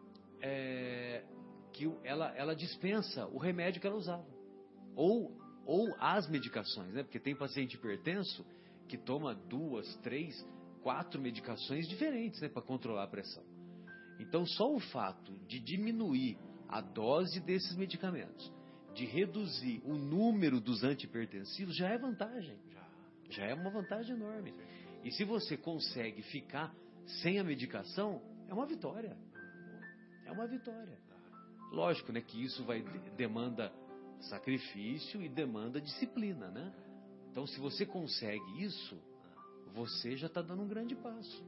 ela dispensa o remédio que ela usava. Ou as medicações, né? Porque tem paciente hipertenso que toma 2, 3, 4 medicações diferentes, né? Para controlar a pressão. Então, só o fato de diminuir a dose desses medicamentos, de reduzir o número dos antihipertensivos, já é vantagem. Já é uma vantagem enorme. E se você consegue ficar sem a medicação, é uma vitória. É uma vitória. Lógico, né, que isso demanda sacrifício e demanda disciplina, né? Então, se você consegue isso, você já está dando um grande passo.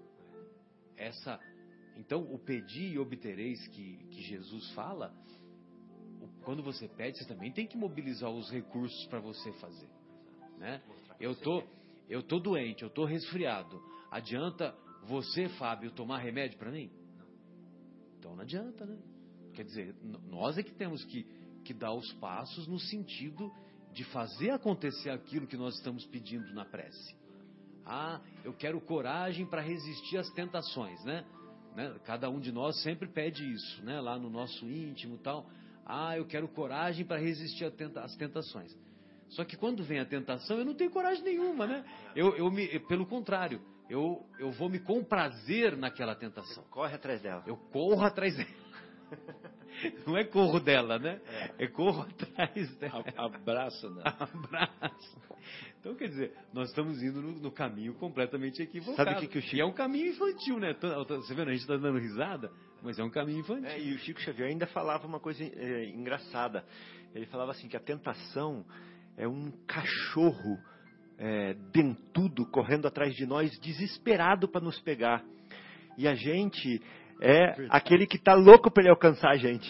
Então, o pedir e obtereis que Jesus fala, quando você pede, você também tem que mobilizar os recursos para você fazer, né? Eu tô doente, eu tô resfriado. Adianta você, Fábio, tomar remédio para mim? Então não adianta, né? Quer dizer, nós é que temos que dar os passos no sentido de fazer acontecer aquilo que nós estamos pedindo na prece. Eu quero coragem para resistir às tentações, né? Cada um de nós sempre pede isso, né? Lá no nosso íntimo e tal. Eu quero coragem para resistir às tentações. Só que quando vem a tentação, eu não tenho coragem nenhuma, né? Pelo contrário, eu vou me comprazer naquela tentação. Você corre atrás dela. Eu corro atrás dela. Não é corro dela, né? É corro atrás dela. Abraça, né? Abraça. Então, quer dizer, nós estamos indo no caminho completamente equivocado. Sabe que o Chico... E é um caminho infantil, né? Você vendo, a gente está dando risada, mas é um caminho infantil. E o Chico Xavier ainda falava uma coisa engraçada. Ele falava assim que a tentação é um cachorro dentudo correndo atrás de nós, desesperado para nos pegar. E a gente é aquele que está louco para ele alcançar a gente.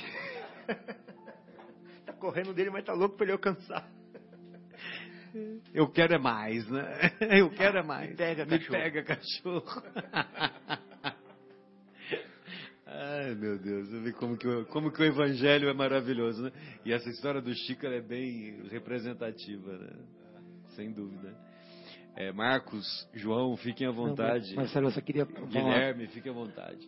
Está correndo dele, mas está louco para ele alcançar. Eu quero é mais, né? Eu quero é mais. Me pega, cachorro. Me pega, cachorro. Ai, meu Deus, você vê como que o evangelho é maravilhoso, né? E essa história do Chico é bem representativa, né? Sem dúvida. Marcos, João, fiquem à vontade. Não, Marcelo, eu só queria... Guilherme, fiquem à vontade.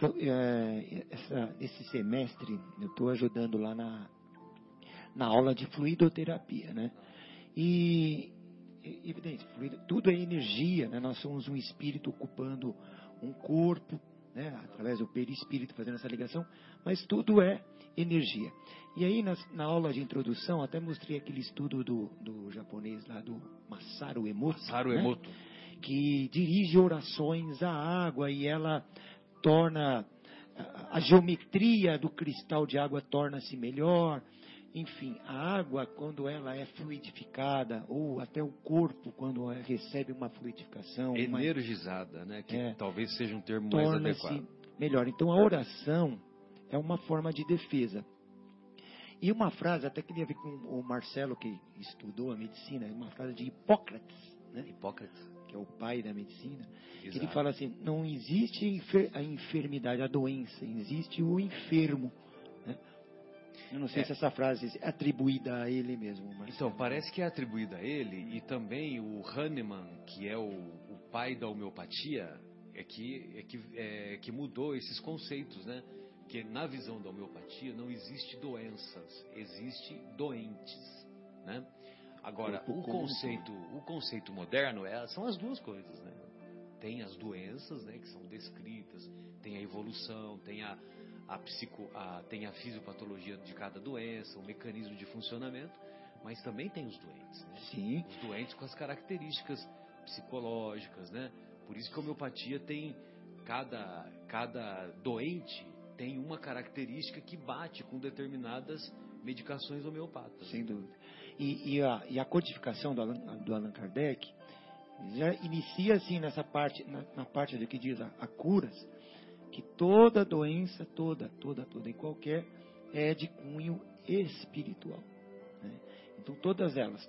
Esse semestre, eu estou ajudando lá na aula de fluidoterapia, né? E, evidente, tudo é energia, né? Nós somos um espírito ocupando um corpo, né? Através do perispírito fazendo essa ligação, mas tudo é energia. E aí, na aula de introdução, até mostrei aquele estudo do japonês lá, do Masaru Emoto, né? Que dirige orações à água e ela torna... A geometria do cristal de água torna-se melhor. Enfim, a água, quando ela é fluidificada, ou até o corpo, quando recebe uma fluidificação... Energizada, né? Que talvez seja um termo mais adequado. Torna-se melhor. Então, a oração é uma forma de defesa. E uma frase, até queria ver com o Marcelo, que estudou a medicina, uma frase de Hipócrates, né? Hipócrates, que é o pai da medicina. Exato. Ele fala assim, não existe a enfermidade, a doença, existe o enfermo. Né? Eu não sei se essa frase é atribuída a ele mesmo. Mas... Então, parece que é atribuída a ele, e também o Hahnemann, que é o pai da homeopatia, que mudou esses conceitos, né? Que na visão da homeopatia não existe doenças, existe doentes, né? Agora, o conceito moderno são as duas coisas, né? Tem as doenças, né, que são descritas, tem a evolução, tem tem a fisiopatologia de cada doença, o mecanismo de funcionamento, mas também tem os doentes, né? Sim. Os doentes com as características psicológicas, né? Por isso que a homeopatia tem, cada doente tem uma característica que bate com determinadas medicações homeopatas. Sem dúvida. E a codificação do Allan Kardec já inicia assim nessa parte, na parte do que diz a curas, que toda doença, toda e qualquer, é de cunho espiritual, né? Então todas elas,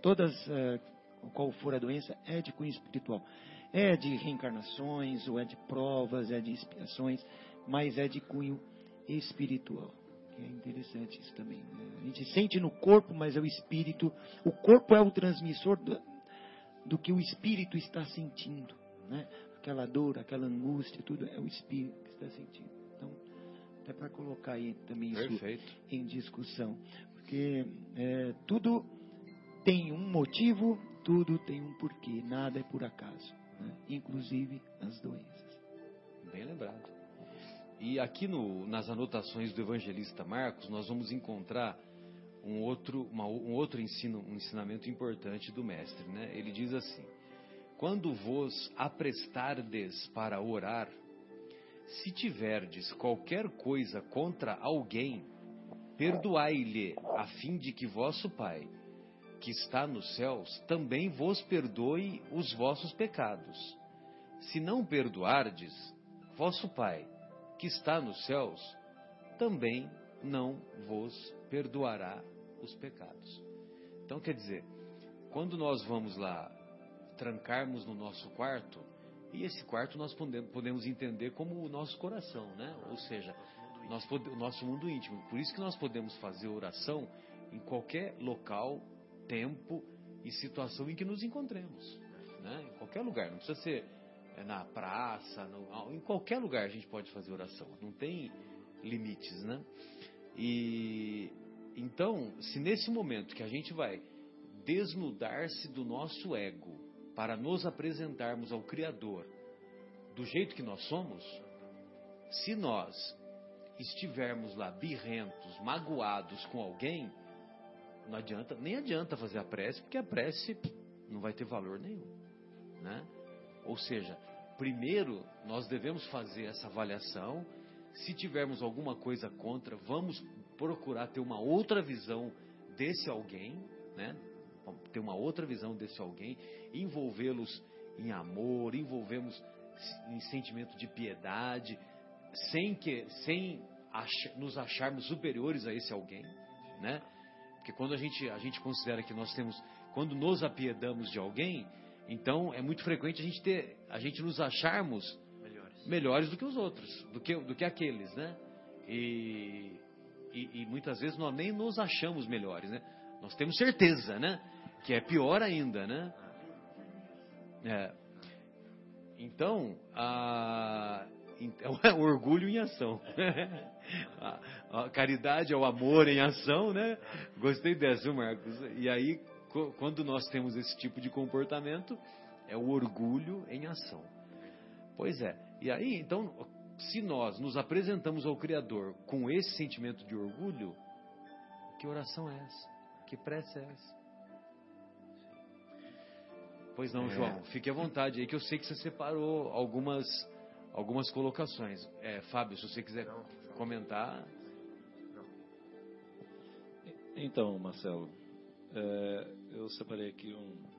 qual for a doença, é de cunho espiritual. É de reencarnações, ou é de provas, é de expiações, mas é de cunho espiritual. É interessante isso também, né? A gente sente no corpo, mas é o espírito. O corpo é o transmissor do que o espírito está sentindo, né? Aquela dor, aquela angústia, tudo é o espírito que está sentindo. Então, até para colocar aí também isso em discussão, porque tudo tem um motivo, tudo tem um porquê, nada é por acaso, né? Inclusive as doenças. Bem lembrado. E aqui nas anotações do evangelista Marcos, nós vamos encontrar um outro ensinamento importante do mestre, né? Ele diz assim: quando vos aprestardes para orar, se tiverdes qualquer coisa contra alguém, perdoai-lhe, a fim de que vosso Pai, que está nos céus, também vos perdoe os vossos pecados. Se não perdoardes, vosso Pai, que está nos céus, também não vos perdoará os pecados. Então, quer dizer, quando nós vamos lá trancarmos no nosso quarto, e esse quarto nós podemos entender como o nosso coração, né? Ou seja, o nosso mundo íntimo. Por isso que nós podemos fazer oração em qualquer local, tempo e situação em que nos encontremos, né? Em qualquer lugar, não precisa ser na praça, em qualquer lugar a gente pode fazer oração, não tem limites, né? E então, se nesse momento que a gente vai desnudar-se do nosso ego para nos apresentarmos ao Criador do jeito que nós somos, se nós estivermos lá birrentos, magoados com alguém, não adianta, nem adianta fazer a prece, porque a prece não vai ter valor nenhum, né? Ou seja, primeiro nós devemos fazer essa avaliação. Se tivermos alguma coisa contra, vamos procurar ter uma outra visão desse alguém, né? Ter uma outra visão desse alguém, envolvê-los em amor, envolvemos em sentimento de piedade, sem nos acharmos superiores a esse alguém, né? Porque quando a gente considera que nós temos, quando nos apiedamos de alguém, então é muito frequente a gente nos acharmos melhores do que os outros, do que aqueles, né? E muitas vezes nós nem nos achamos melhores, né? Nós temos certeza, né? Que é pior ainda, né? Então, é o orgulho em ação. A caridade é o amor em ação, né? Gostei dessa, viu, Marcos? E aí, quando nós temos esse tipo de comportamento, é o orgulho em ação. Pois é. E aí, então, se nós nos apresentamos ao Criador com esse sentimento de orgulho, que oração é essa? Que prece é essa? Pois não, João, fique à vontade aí, que eu sei que você separou algumas colocações. Fábio, se você quiser comentar. Então, Marcelo, eu separei aqui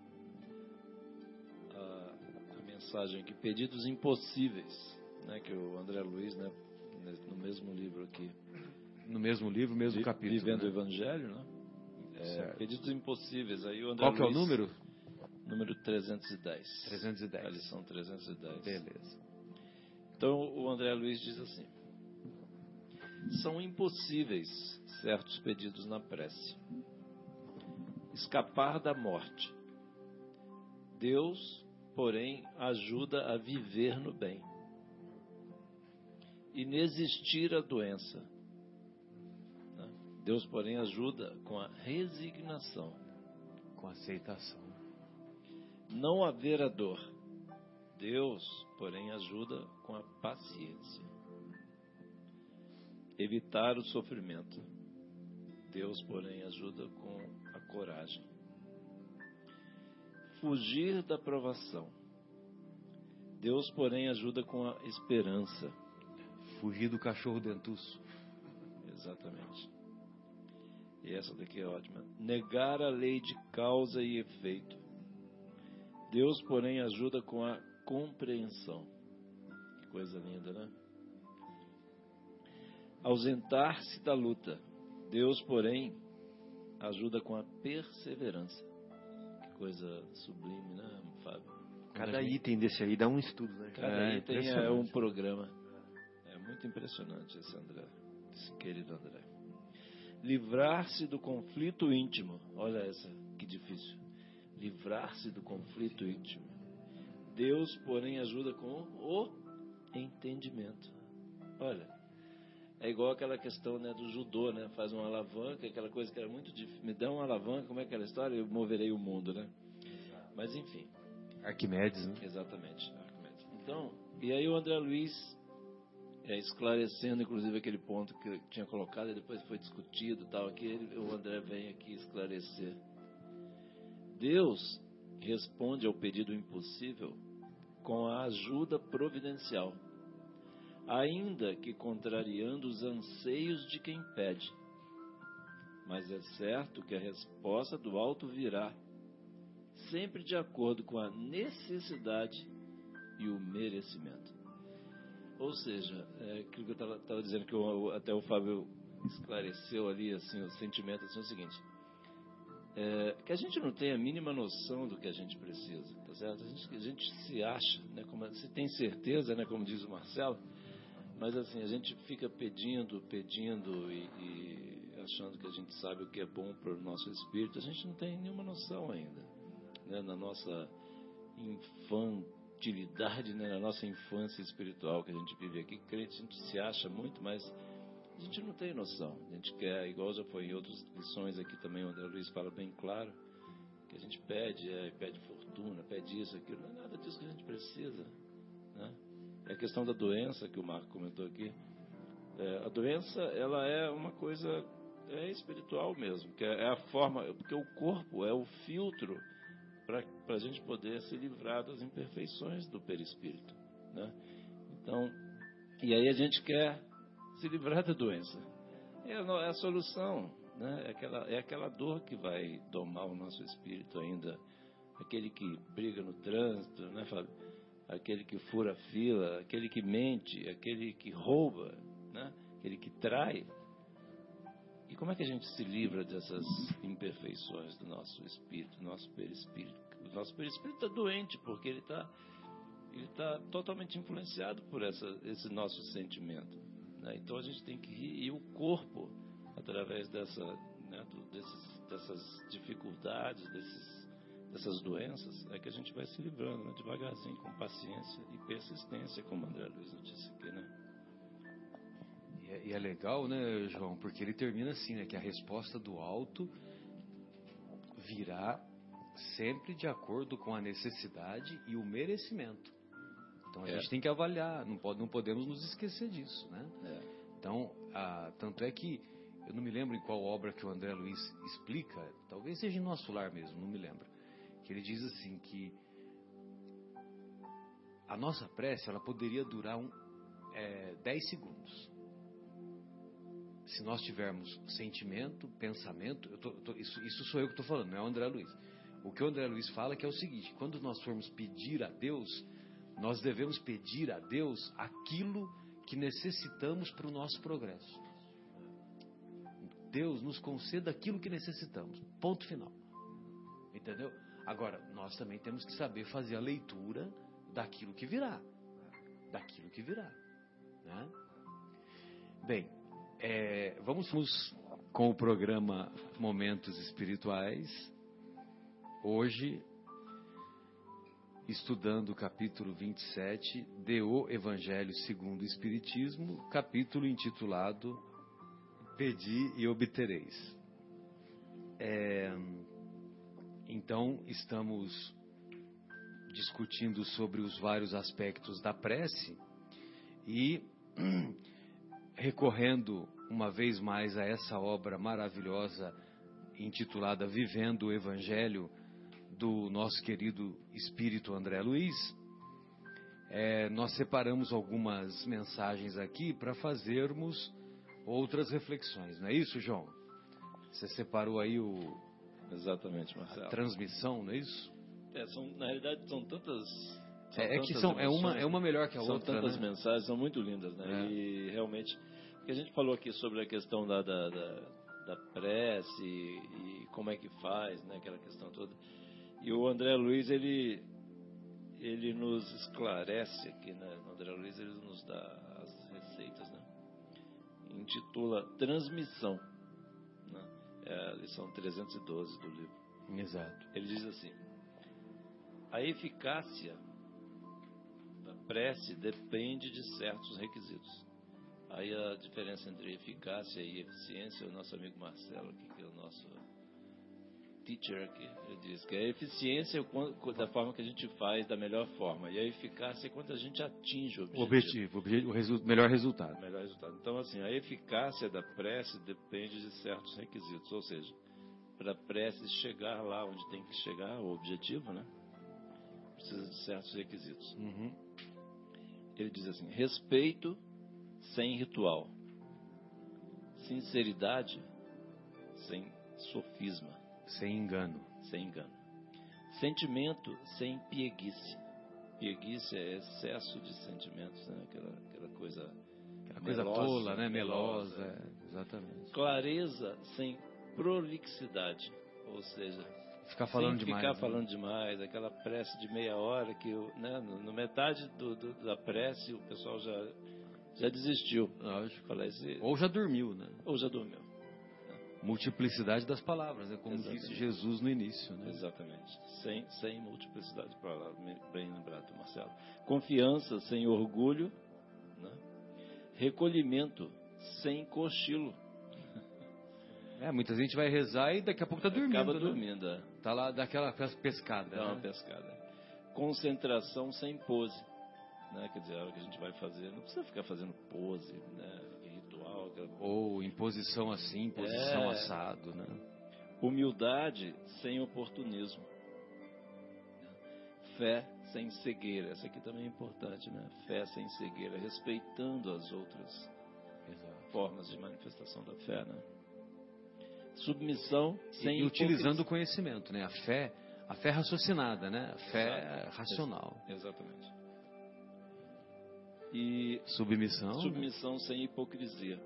a mensagem aqui, Pedidos Impossíveis, né, que o André Luiz, né, no mesmo livro aqui. No mesmo livro, mesmo capítulo. Vivendo né? o Evangelho, né? Pedidos Impossíveis. Aí o André Qual que é o Luiz, número? Número 310. 310. A lição 310. Beleza. Então o André Luiz diz assim: São impossíveis certos pedidos na prece. Escapar da morte. Deus, porém, ajuda a viver no bem. Inexistir a doença. Deus, porém, ajuda com a resignação. Com a aceitação. Não haver a dor. Deus, porém, ajuda com a paciência. Evitar o sofrimento. Deus, porém, ajuda com a coragem. Fugir da provação. Deus, porém, ajuda com a esperança. Fugir do cachorro dentuço. Exatamente. E essa daqui é ótima. Negar a lei de causa e efeito. Deus, porém, ajuda com a compreensão. Que coisa linda, né? Ausentar-se da luta. Deus, porém, ajuda com a perseverança. Que coisa sublime, né, Fábio? Cada item desse aí dá um estudo, né? Cada item é um programa. É muito impressionante esse André, esse querido André. Livrar-se do conflito íntimo. Olha essa, que difícil. Livrar-se do conflito íntimo. Deus, porém, ajuda com o entendimento. Olha, é igual aquela questão, né, do judô, né? Faz uma alavanca, aquela coisa que era muito difícil. Me dá uma alavanca, como é aquela história? Eu moverei o mundo, né? Mas enfim. Arquimedes, né? Exatamente, Arquimedes. Então, e aí o André Luiz, esclarecendo inclusive aquele ponto que eu tinha colocado, e depois foi discutido, tal, aqui o André vem aqui esclarecer. Deus responde ao pedido impossível com a ajuda providencial, ainda que contrariando os anseios de quem pede. Mas é certo que a resposta do alto virá, sempre de acordo com a necessidade e o merecimento. Ou seja, aquilo que eu estava dizendo, que até o Fábio esclareceu ali, assim, o sentimento, assim, é o seguinte, que a gente não tem a mínima noção do que a gente precisa, tá certo? A gente se acha, né, se tem certeza, né, como diz o Marcelo, mas assim, a gente fica pedindo e achando que a gente sabe o que é bom para o nosso espírito. A gente não tem nenhuma noção ainda, né, na nossa infantilidade, né, na nossa infância espiritual que a gente vive aqui. Crente, a gente se acha muito, mas a gente não tem noção. A gente quer, igual já foi em outras lições aqui também, o André Luiz fala bem claro, que a gente pede fortuna, pede isso, aquilo. Não é nada disso que a gente precisa, né? É a questão da doença que o Marco comentou aqui. A doença, ela é uma coisa espiritual mesmo, que é a forma, porque o corpo é o filtro para a gente poder se livrar das imperfeições do perispírito, né? Então, e aí a gente quer se livrar da doença. É a solução, né? É aquela dor que vai domar o nosso espírito ainda. Aquele que briga no trânsito, né, Fábio? Aquele que fura a fila, aquele que mente, aquele que rouba, né? Aquele que trai. E como é que a gente se livra dessas imperfeições do nosso espírito, do nosso perispírito? O nosso perispírito está doente porque ele está totalmente influenciado por esse nosso sentimento, né? Então a gente tem que rir, e o corpo, através dessas dificuldades, dessas doenças, é que a gente vai se livrando, né, devagarzinho, com paciência e persistência, como o André Luiz nos disse aqui, né? E é legal, né, João, porque ele termina assim, né, que a resposta do alto virá sempre de acordo com a necessidade e o merecimento. Então a gente tem que avaliar, não podemos nos esquecer disso, né? Então, tanto é que eu não me lembro em qual obra que o André Luiz explica, talvez seja em Nosso Lar mesmo, não me lembro, que ele diz assim que a nossa prece, ela poderia durar 10 segundos. Se nós tivermos sentimento, pensamento, isso sou eu que estou falando, não é o André Luiz. O que o André Luiz fala é que é o seguinte: quando nós formos pedir a Deus, nós devemos pedir a Deus aquilo que necessitamos para o nosso progresso. Deus nos conceda aquilo que necessitamos. Ponto final. Entendeu? Agora, nós também temos que saber fazer a leitura daquilo que virá. Daquilo que virá, né? Bem, Vamos com o programa Momentos Espirituais. Hoje, estudando o capítulo 27 de O Evangelho segundo o Espiritismo, capítulo intitulado Pedi e Obtereis. Então, estamos discutindo sobre os vários aspectos da prece e recorrendo uma vez mais a essa obra maravilhosa intitulada Vivendo o Evangelho, do nosso querido Espírito André Luiz. Nós separamos algumas mensagens aqui para fazermos outras reflexões, não é isso, João? Você separou aí Exatamente, Marcelo. A transmissão, não é isso? Na realidade são tantas... é uma melhor que a outra. São tantas, né? mensagens, são muito lindas, né? E realmente, porque a gente falou aqui sobre a questão da prece e como é que faz, né? Aquela questão toda. E o André Luiz, ele nos esclarece aqui, né? O André Luiz, ele nos dá as receitas, né? Intitula Transmissão, né? É a lição 312 do livro. Exato. Ele diz assim: a eficácia da prece depende de certos requisitos. Aí a diferença entre eficácia e eficiência, o nosso amigo Marcelo aqui, que é o nosso teacher aqui, ele diz que a eficiência é da forma que a gente faz da melhor forma, e a eficácia é quando a gente atinge o objetivo. Melhor resultado. Melhor resultado. Então, assim, a eficácia da prece depende de certos requisitos, ou seja, para a prece chegar lá onde tem que chegar, o objetivo, né? Precisa de certos requisitos. Uhum. Ele diz assim: respeito sem ritual, sinceridade sem sofisma, sem engano, sentimento sem pieguice. Pieguice é excesso de sentimentos, né? Aquela coisa tola, né? Melosa, exatamente. Clareza sem prolixidade, ou seja, ficar falando demais. Falando demais, aquela prece de meia hora que, né, no metade da prece o pessoal já desistiu. Lógico. Assim, ou já dormiu, né? Ou já dormiu. Multiplicidade das palavras, né? Como Exatamente. disse Jesus no início, né? Exatamente. Sem multiplicidade de palavras, bem lembrado, Marcelo. Confiança sem orgulho, né? Recolhimento sem cochilo. Muita gente vai rezar e daqui a pouco tá dormindo. Acaba né? dormindo, Tá lá, dá aquela pescada. Dá uma pescada. Concentração sem pose, né? Quer dizer, a hora que a gente vai fazer, não precisa ficar fazendo pose, né? Ritual. Ou imposição assim, posição assado, né? Humildade sem oportunismo. Fé sem cegueira. Essa aqui também é importante, né? Fé sem cegueira, respeitando as outras formas de manifestação da fé, né? Submissão sem e utilizando o conhecimento, né? A fé raciocinada, né? A fé racional. Exatamente. E submissão sem hipocrisia.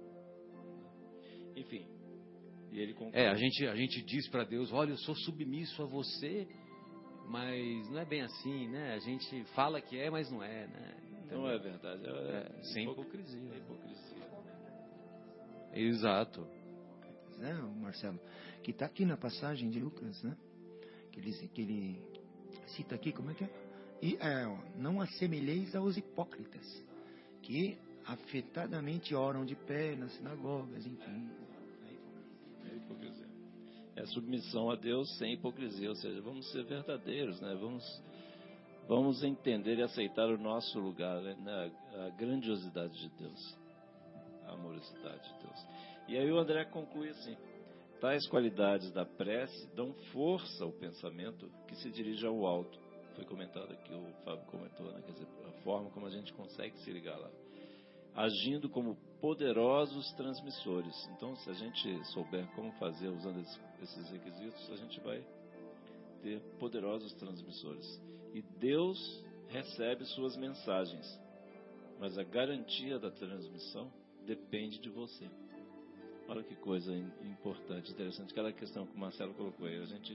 Enfim. E ele conclui. A gente diz para Deus: olha, eu sou submisso a você, mas não é bem assim, né? A gente fala que é, mas não é, né? Então, não é verdade. Sem hipocrisia. Hipocrisia. Exato. Né, Marcelo, que está aqui na passagem de Lucas, né? Que ele cita aqui, como é que é? Não assemelheis aos hipócritas, que afetadamente oram de pé nas sinagogas, enfim. É hipocrisia. É submissão a Deus sem hipocrisia, ou seja, vamos ser verdadeiros, né? Vamos entender e aceitar o nosso lugar, né? A grandiosidade de Deus, a amorosidade de Deus. E aí o André conclui assim: tais qualidades da prece dão força ao pensamento que se dirige ao alto. Foi comentado aqui, o Fábio comentou, né? Quer dizer, a forma como a gente consegue se ligar lá. Agindo como poderosos transmissores. Então, se a gente souber como fazer usando esses requisitos, a gente vai ter poderosos transmissores. E Deus recebe suas mensagens, mas a garantia da transmissão depende de você. Olha que coisa importante, interessante. Aquela questão que o Marcelo colocou aí, a gente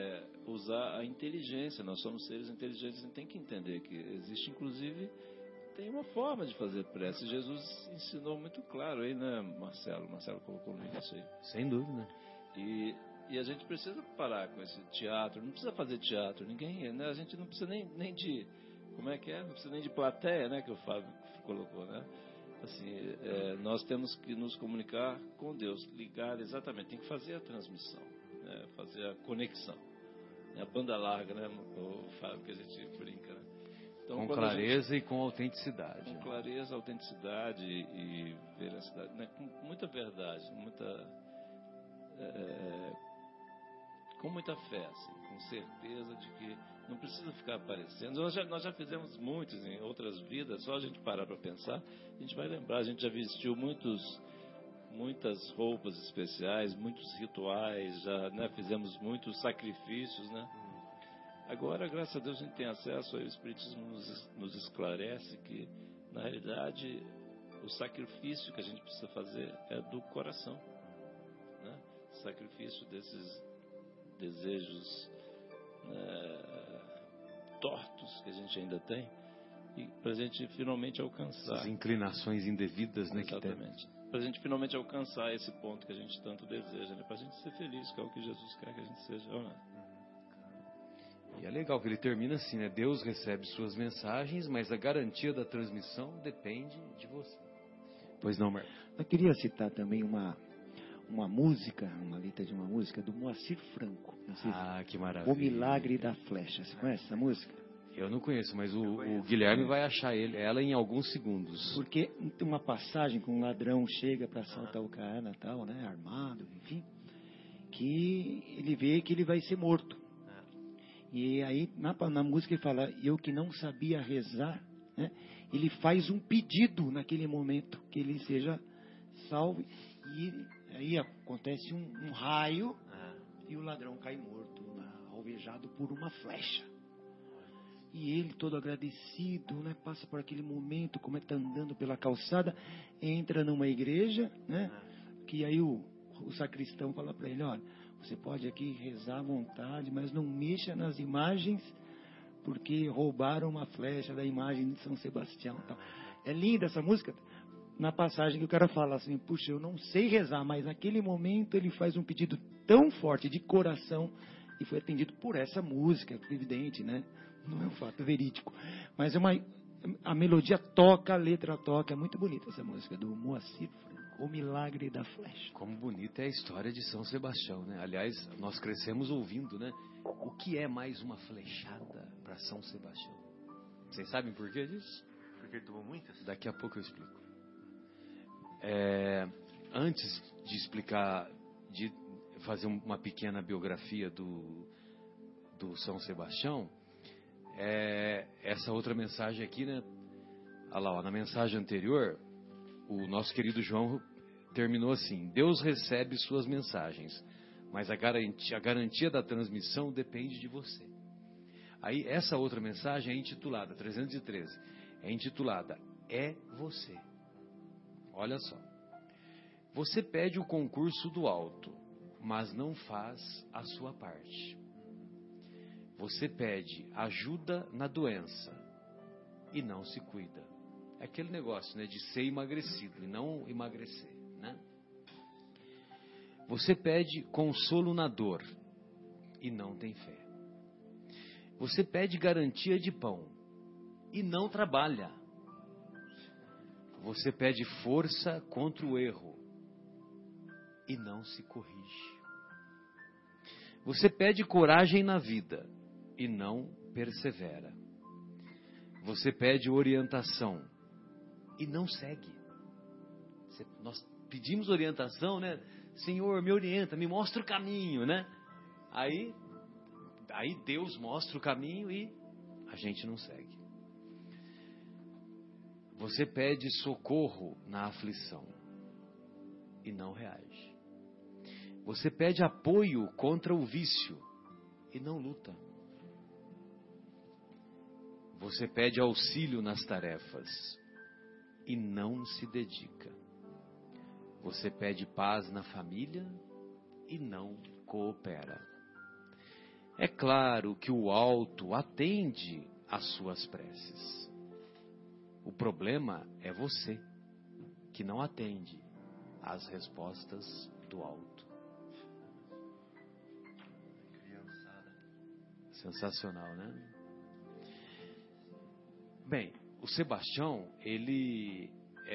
usar a inteligência. Nós somos seres inteligentes, a gente tem que entender que existe, inclusive, tem uma forma de fazer prece. Jesus ensinou muito claro aí, né, Marcelo? Marcelo colocou no início aí. Sem dúvida. E a gente precisa parar com esse teatro. Não precisa fazer teatro. Ninguém, né? A gente não precisa nem de... Como é que é? Não precisa nem de plateia, né? Que o Fábio colocou, né? Assim, nós temos que nos comunicar com Deus. Ligar exatamente. Tem que fazer a transmissão. Né? Fazer a conexão. A banda larga, né? O Fábio, que a gente brinca, né? Então, com clareza e com autenticidade. Com clareza, autenticidade e veracidade. Né? Com muita verdade. Com muita fé, assim, com certeza de que não precisa ficar aparecendo. Nós já fizemos muitos em outras vidas, só a gente parar para pensar, a gente vai lembrar. A gente já vestiu muitas roupas especiais, muitos rituais, já, né, fizemos muitos sacrifícios, né? Agora, graças a Deus, a gente tem acesso, aí o Espiritismo nos esclarece que, na realidade, o sacrifício que a gente precisa fazer é do coração, né? Sacrifício desses desejos, né, tortos que a gente ainda tem, e para a gente finalmente alcançar as inclinações indevidas, né? Exatamente. Para a gente finalmente alcançar esse ponto que a gente tanto deseja, né? Para a gente ser feliz, que é o que Jesus quer que a gente seja, ou não? E é legal que ele termina assim, né? Deus recebe suas mensagens, mas a garantia da transmissão depende de você. Pois não, Marcos? Eu queria citar também uma música, uma letra de uma música do Moacir Franco. Não sei que maravilha. O Milagre da Flecha. Você conhece essa música? Eu não conheço, mas o Guilherme vai achar ela em alguns segundos. Porque tem uma passagem que um ladrão chega para assaltar o cara, tal, né, armado, enfim, que ele vê que ele vai ser morto. E aí na música ele fala: eu que não sabia rezar, né, ele faz um pedido naquele momento que ele seja salvo, e aí acontece um raio e o ladrão cai morto, alvejado por uma flecha. E ele, todo agradecido, né, passa por aquele momento, como está andando pela calçada, entra numa igreja, né, que aí o sacristão fala para ele: olha, você pode aqui rezar à vontade, mas não mexa nas imagens, porque roubaram uma flecha da imagem de São Sebastião. Tal. É linda essa música. Na passagem que o cara fala assim: puxa, eu não sei rezar, mas naquele momento ele faz um pedido tão forte, de coração, e foi atendido por essa música, evidente, né? Não é um fato verídico, mas a melodia toca, a letra toca, é muito bonita essa música do Moacir Franco, O Milagre da Flecha. Como bonita é a história de São Sebastião, né? Aliás, nós crescemos ouvindo, né? O que é mais uma flechada para São Sebastião? Vocês sabem por que disso? Porque ele tomou muitas? Daqui a pouco eu explico. Antes de explicar, de fazer uma pequena biografia do São Sebastião, essa outra mensagem aqui, né? Olha lá, na mensagem anterior, o nosso querido João terminou assim: Deus recebe suas mensagens, mas a garantia da transmissão depende de você. Aí essa outra mensagem é intitulada, 313, é intitulada É Você. Olha só. Você pede o concurso do alto, mas não faz a sua parte. Você pede ajuda na doença e não se cuida. É aquele negócio, né, de ser emagrecido e não emagrecer, né? Você pede consolo na dor e não tem fé. Você pede garantia de pão e não trabalha. Você pede força contra o erro e não se corrige. Você pede coragem na vida e não persevera. Você pede orientação e não segue. Nós pedimos orientação, né? Senhor, me orienta, me mostra o caminho, né? Aí Deus mostra o caminho e a gente não segue. Você pede socorro na aflição e não reage. Você pede apoio contra o vício e não luta. Você pede auxílio nas tarefas e não se dedica. Você pede paz na família e não coopera. É claro que o alto atende às suas preces, O problema é você, que não atende às respostas do alto. Sensacional, né? Bem, o Sebastião, ele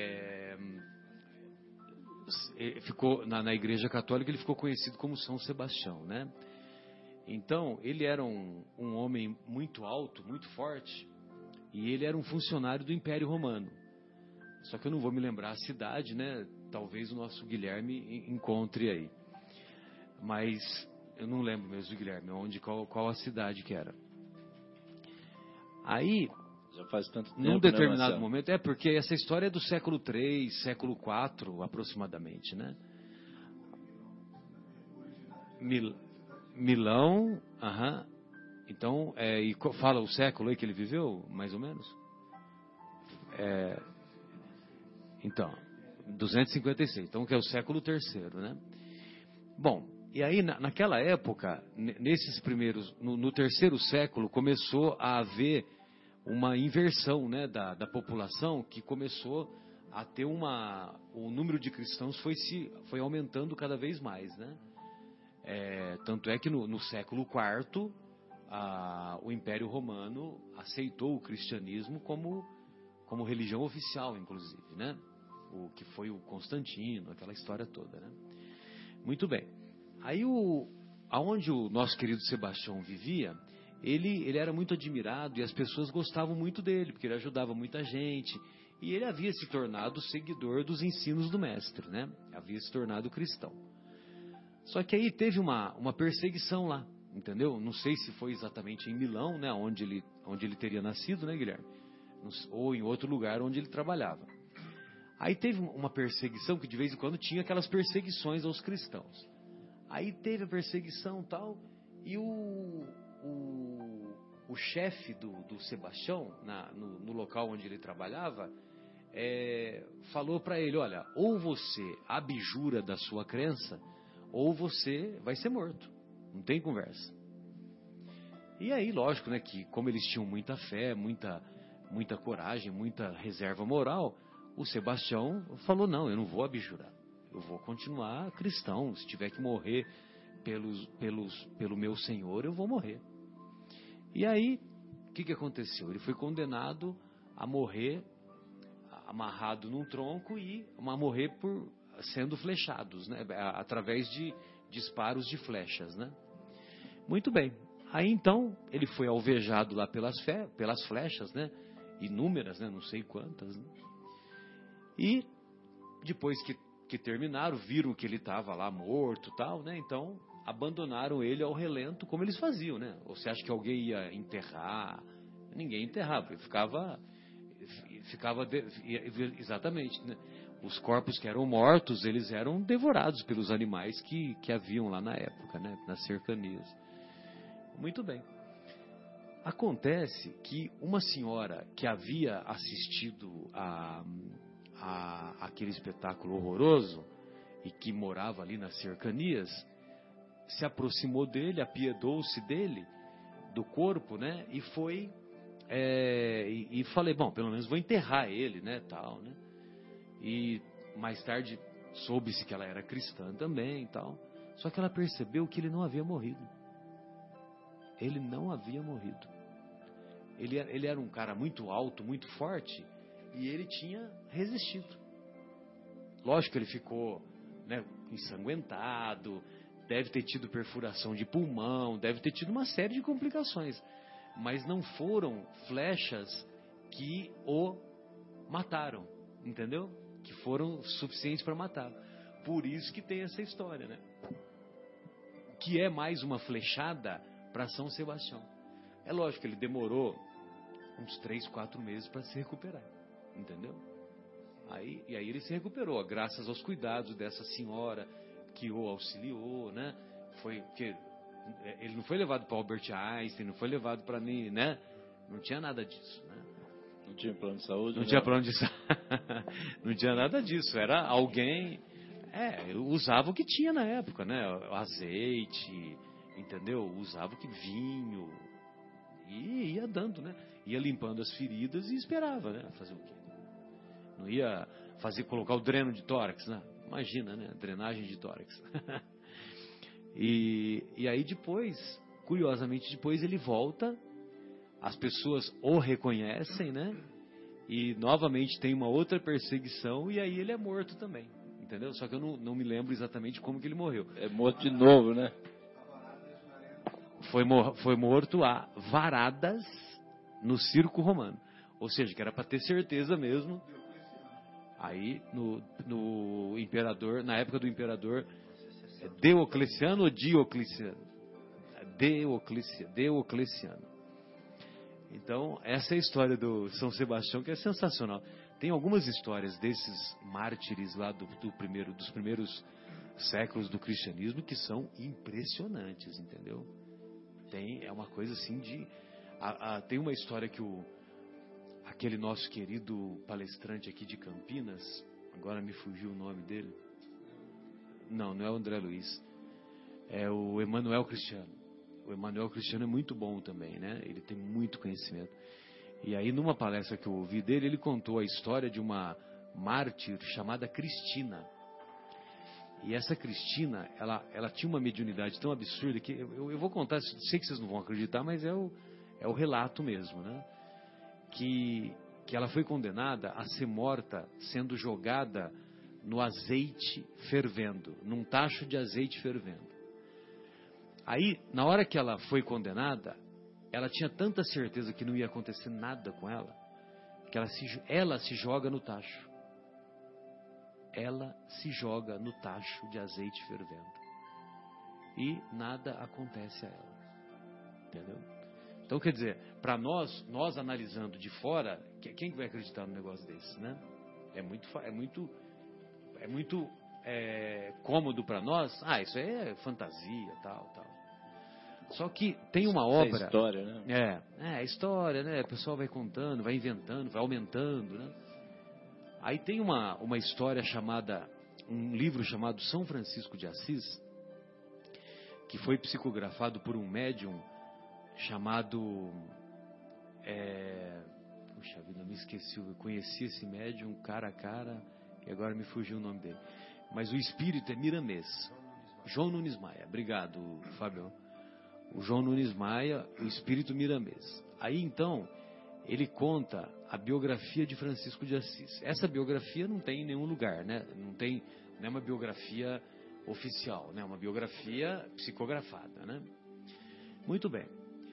ficou na Igreja Católica, ele ficou conhecido como São Sebastião, né? Então, ele era um homem muito alto, muito forte, e ele era um funcionário do Império Romano. Só que eu não vou me lembrar a cidade, né? Talvez o nosso Guilherme encontre aí. Mas eu não lembro mesmo, Guilherme, qual a cidade que era. Aí, já faz tanto tempo, num determinado, né, Marcelo? momento, porque essa história é do século III, século IV, aproximadamente, né? Milão, aham. Então, e fala o século aí que ele viveu, mais ou menos? Então, 256, então que é o século III, né? Bom, e aí naquela época, nesses primeiros, no terceiro século, começou a haver uma inversão, né, da população, que começou a ter o número de cristãos foi aumentando cada vez mais, né? Tanto é que no século IV, o Império Romano aceitou o cristianismo como religião oficial, inclusive, né? O que foi o Constantino, aquela história toda, né? Muito bem. Aí aonde o nosso querido Sebastião vivia, ele era muito admirado e as pessoas gostavam muito dele, porque ele ajudava muita gente. E ele havia se tornado seguidor dos ensinos do mestre, né? Havia se tornado cristão. Só que aí teve uma perseguição lá, entendeu? Não sei se foi exatamente em Milão, né? Onde ele teria nascido, né, Guilherme? Ou em outro lugar onde ele trabalhava. Aí teve uma perseguição, que de vez em quando tinha aquelas perseguições aos cristãos. Aí teve a perseguição e tal, e o chefe do Sebastião, no local onde ele trabalhava, falou para ele: olha, ou você abjura da sua crença, ou você vai ser morto. Não tem conversa. E aí, lógico, né, que como eles tinham muita fé, muita coragem, muita reserva moral, o Sebastião falou: não, eu não vou abjurar. Eu vou continuar cristão. Se tiver que morrer pelo meu Senhor, eu vou morrer. E aí, o que aconteceu? Ele foi condenado a morrer amarrado num tronco e a morrer sendo flechados, né? Através de disparos de flechas, né? Muito bem. Aí então, ele foi alvejado lá pelas flechas, né? Inúmeras, né? Não sei quantas, né? E depois que terminaram, viram que ele estava lá morto e tal, né? Então, abandonaram ele ao relento, como eles faziam, né? Ou você acha que alguém ia enterrar? Ninguém enterrava, ele ficava exatamente, né? Os corpos que eram mortos, eles eram devorados pelos animais que haviam lá na época, né? Nas cercanias. Muito bem. Acontece que uma senhora que havia assistido aquele espetáculo horroroso e que morava ali nas cercanias, se aproximou dele, apiedou-se dele, do corpo, né? E foi e falei: bom, pelo menos vou enterrar ele, né? Tal, né? E mais tarde soube-se que ela era cristã também, tal. Só que ela percebeu que ele não havia morrido. Ele não havia morrido. Ele era um cara muito alto, muito forte, e ele tinha resistido. Lógico que ele ficou, né, ensanguentado, deve ter tido perfuração de pulmão, deve ter tido uma série de complicações. Mas não foram flechas que o mataram, entendeu? Que foram suficientes para matar. Por isso que tem essa história, né? Que é mais uma flechada para São Sebastião. É lógico que ele demorou uns 3, 4 meses para se recuperar, entendeu? E aí ele se recuperou, graças aos cuidados dessa senhora que o auxiliou, né? Ele não foi levado para Albert Einstein, não foi levado para nem, né? Não tinha nada disso, né? Não tinha plano de saúde? Não tinha plano de saúde. Não tinha nada disso. Era alguém... usava o que tinha na época, né? Azeite, entendeu? Usava o que vinho. E ia dando, né? Ia limpando as feridas e esperava, né? Fazer o quê? Não ia colocar o dreno de tórax, né? Imagina, né? Drenagem de tórax. E aí depois, curiosamente, depois ele volta, as pessoas o reconhecem, né? E novamente tem uma outra perseguição e aí ele é morto também, entendeu? Só que eu não me lembro exatamente como que ele morreu. É morto de novo, né? Foi morto a varadas no circo romano. Ou seja, que era para ter certeza mesmo. Aí, no imperador, na época do imperador Diocleciano ou Diocleciano? Diocleciano. Então, essa é a história do São Sebastião, que é sensacional. Tem algumas histórias desses mártires lá dos primeiros séculos do cristianismo que são impressionantes, entendeu? É uma coisa assim de... tem uma história que aquele nosso querido palestrante aqui de Campinas, agora me fugiu o nome dele. Não é o André Luiz. É o Emanuel Cristiano. O Emanuel Cristiano é muito bom também, né? Ele tem muito conhecimento. E aí, numa palestra que eu ouvi dele, ele contou a história de uma mártir chamada Cristina. E essa Cristina, ela tinha uma mediunidade tão absurda que eu vou contar, sei que vocês não vão acreditar, mas é o relato mesmo, né? Que ela foi condenada a ser morta sendo jogada no azeite fervendo, num tacho de azeite fervendo. Aí, na hora que ela foi condenada, ela tinha tanta certeza que não ia acontecer nada com ela, que ela se joga no tacho. Ela se joga no tacho de azeite fervendo. E nada acontece a ela. Entendeu? Então, quer dizer, para nós analisando de fora, quem vai acreditar num negócio desse, né? É muito cômodo para nós. Isso aí é fantasia, tal. Só que tem uma obra... É história, né? É história, né? O pessoal vai contando, vai inventando, vai aumentando, né? Aí tem uma história um livro chamado São Francisco de Assis, que foi psicografado por um médium chamado... Puxa vida, me esqueci, eu conheci esse médium cara a cara, e agora me fugiu o nome dele. Mas o espírito é miramês. João Nunes Maia. Obrigado, Fábio. O João Nunes Maia, o espírito miramês. Aí então, ele conta a biografia de Francisco de Assis. Essa biografia não tem em nenhum lugar, né? Não é uma biografia oficial, né? É uma biografia psicografada, né? Muito bem.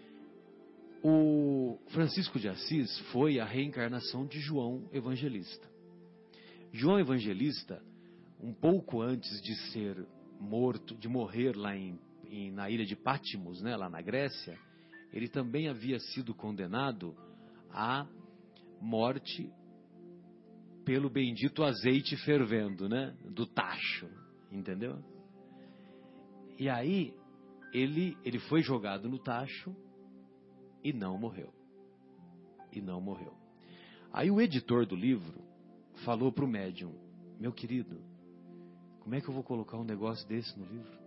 O Francisco de Assis foi a reencarnação de João Evangelista. João Evangelista, um pouco antes de ser morto, de morrer lá na ilha de Patmos, né, lá na Grécia, ele também havia sido condenado à morte pelo bendito azeite fervendo, né, do tacho, entendeu? E aí ele foi jogado no tacho e não morreu. Aí o editor do livro falou para o médium: meu querido, como é que eu vou colocar um negócio desse no livro?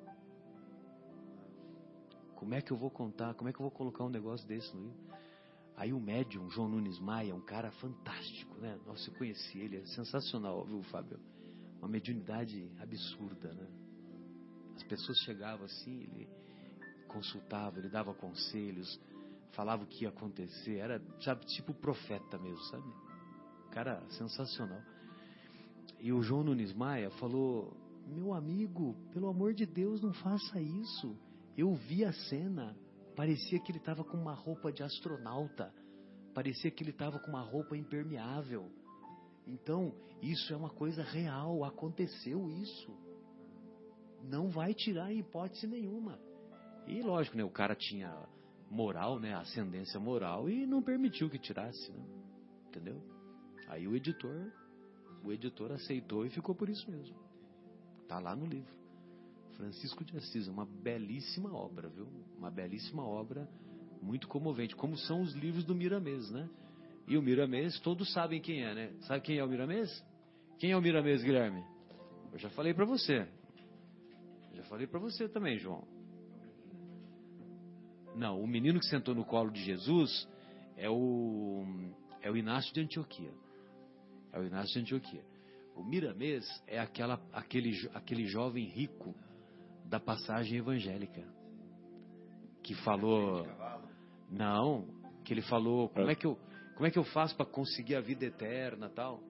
Como é que eu vou colocar um negócio desse no livro? Aí o médium, João Nunes Maia, um cara fantástico, né? Nossa, eu conheci ele, é sensacional, viu, Fábio? Uma mediunidade absurda, né? As pessoas chegavam assim, ele consultava, ele dava conselhos, falava o que ia acontecer, era, sabe, tipo profeta mesmo, sabe? Cara sensacional. E o João Nunes Maia falou: meu amigo, pelo amor de Deus, não faça isso. Eu vi a cena, parecia que ele estava com uma roupa de astronauta, parecia que ele estava com uma roupa impermeável. Então, isso é uma coisa real, aconteceu isso. Não vai tirar em hipótese nenhuma. E lógico, né, o cara tinha moral, né, ascendência moral, e não permitiu que tirasse, né? Entendeu? Aí o editor aceitou e ficou por isso mesmo. Tá lá no livro. Francisco de Assis, uma belíssima obra, viu? Uma belíssima obra, muito comovente, como são os livros do Miramês, né? E o Miramês, todos sabem quem é, né? Sabe quem é o Miramês? Quem é o Miramês, Guilherme? Eu já falei para você. Já falei para você também, João. Não, o menino que sentou no colo de Jesus é o Inácio de Antioquia. É o Inácio de Antioquia. O Miramês é aquele jovem rico da passagem evangélica. Que falou... Não, que ele falou, como é que eu faço para conseguir a vida eterna e tal?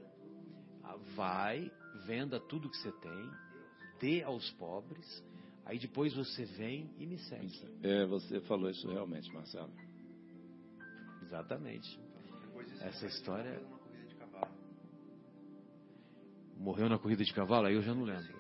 Vai, venda tudo que você tem, dê aos pobres, aí depois você vem e me segue. Você falou isso realmente, Marcelo. Exatamente. Essa história... Morreu na corrida de cavalo? Aí eu já não lembro.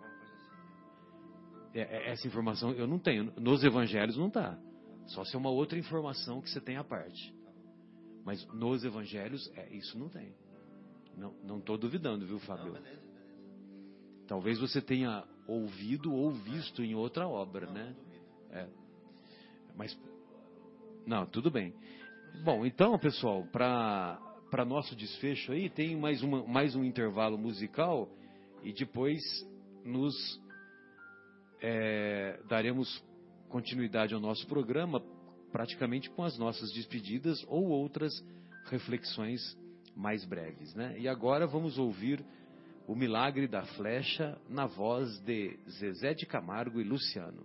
Essa informação eu não tenho. Nos evangelhos não está. Só se é uma outra informação que você tem à parte. Mas nos evangelhos, isso não tem. Não estou duvidando, viu, Fábio? Talvez você tenha ouvido ou visto em outra obra, né? Mas, não, tudo bem. Bom, então, pessoal, para nosso desfecho aí, tem mais um intervalo musical e depois nos daremos continuidade ao nosso programa, praticamente com as nossas despedidas ou outras reflexões mais breves, né? E agora vamos ouvir o Milagre da Flecha na voz de Zezé de Camargo e Luciano.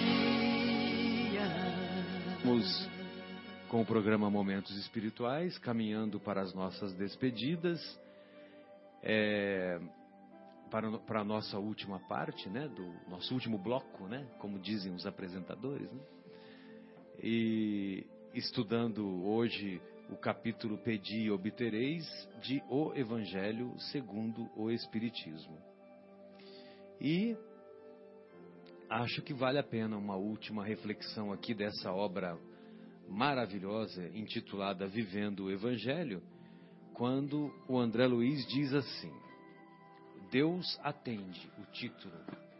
Vamos com o programa Momentos Espirituais, caminhando para as nossas despedidas, para a nossa última parte, né, do nosso último bloco, né, como dizem os apresentadores, né, e estudando hoje o capítulo Pedi e Obtereis de O Evangelho segundo o Espiritismo. E acho que vale a pena uma última reflexão aqui dessa obra maravilhosa intitulada Vivendo o Evangelho, quando o André Luiz diz assim: Deus atende, o título,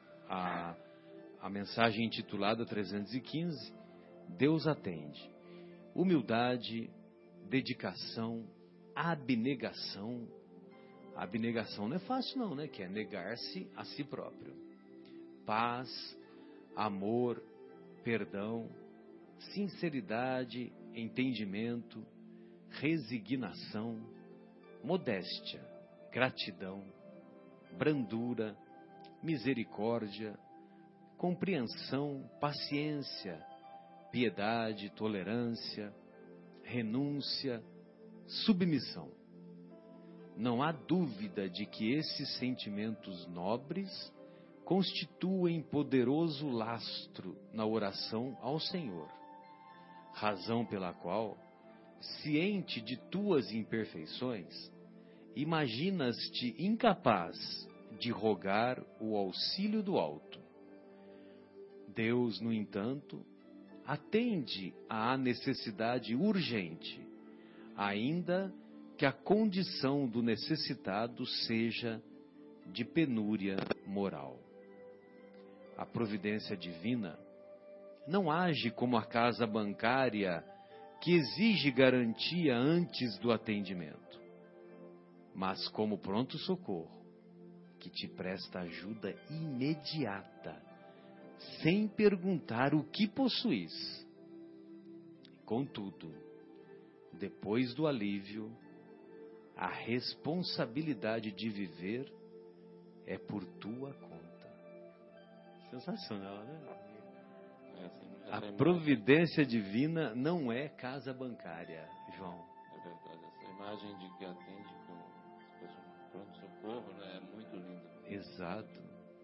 a mensagem intitulada 315, Deus atende. Humildade, dedicação, abnegação. A abnegação não é fácil não, né? Que é negar-se a si próprio. Paz, amor, perdão, sinceridade, entendimento, resignação, modéstia, gratidão, brandura, misericórdia, compreensão, paciência, piedade, tolerância, renúncia, submissão. Não há dúvida de que esses sentimentos nobres constituem poderoso lastro na oração ao Senhor, razão pela qual, ciente de tuas imperfeições, imaginas-te incapaz de rogar o auxílio do alto. Deus, no entanto, atende à necessidade urgente, ainda que a condição do necessitado seja de penúria moral. A providência divina não age como a casa bancária que exige garantia antes do atendimento, mas como pronto-socorro que te presta ajuda imediata, sem perguntar o que possuis. Contudo, depois do alívio, a responsabilidade de viver é por tua conta. Sensacional, né? A providência divina não é casa bancária, João. É verdade, essa imagem de que atende como se fosse um pronto-socorro, né? É muito linda. Exato.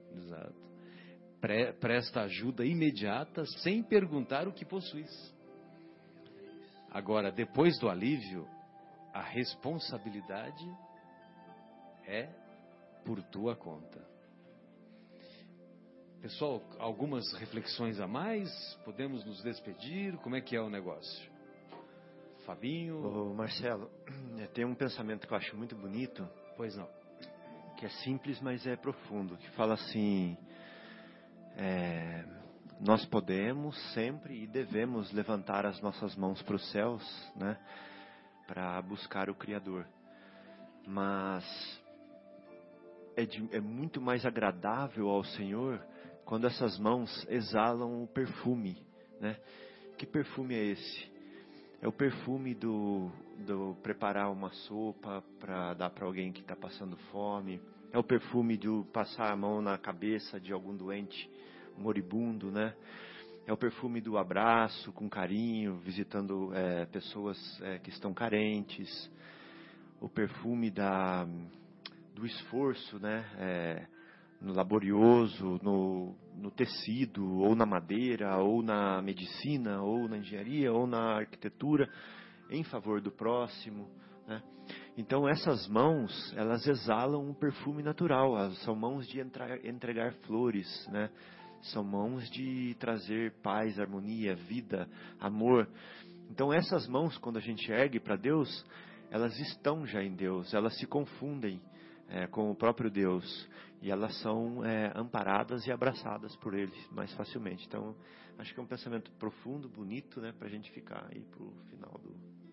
Presta ajuda imediata sem perguntar o que possuis. Agora, depois do alívio, a responsabilidade é por tua conta. Pessoal, algumas reflexões a mais? Podemos nos despedir? Como é que é o negócio? Fabinho? Ô, Marcelo, tem um pensamento que eu acho muito bonito. Pois não. Que é simples, mas é profundo. Que fala assim... nós podemos sempre e devemos levantar as nossas mãos para os céus, né, para buscar o Criador. Mas é muito mais agradável ao Senhor quando essas mãos exalam o perfume, né? Que perfume é esse? É o perfume do preparar uma sopa para dar para alguém que está passando fome. É o perfume do passar a mão na cabeça de algum doente moribundo, né? É o perfume do abraço com carinho, visitando pessoas que estão carentes. O perfume do esforço, né? No laborioso, no tecido, ou na madeira, ou na medicina, ou na engenharia, ou na arquitetura, em favor do próximo, né? Então essas mãos, elas exalam um perfume natural, são mãos de entregar flores, né? São mãos de trazer paz, harmonia, vida, amor. Então essas mãos, quando a gente ergue para Deus, elas estão já em Deus, elas se confundem com o próprio Deus. E elas são amparadas e abraçadas por Ele mais facilmente. Então, acho que é um pensamento profundo, bonito, né, para a gente ficar aí para o final do...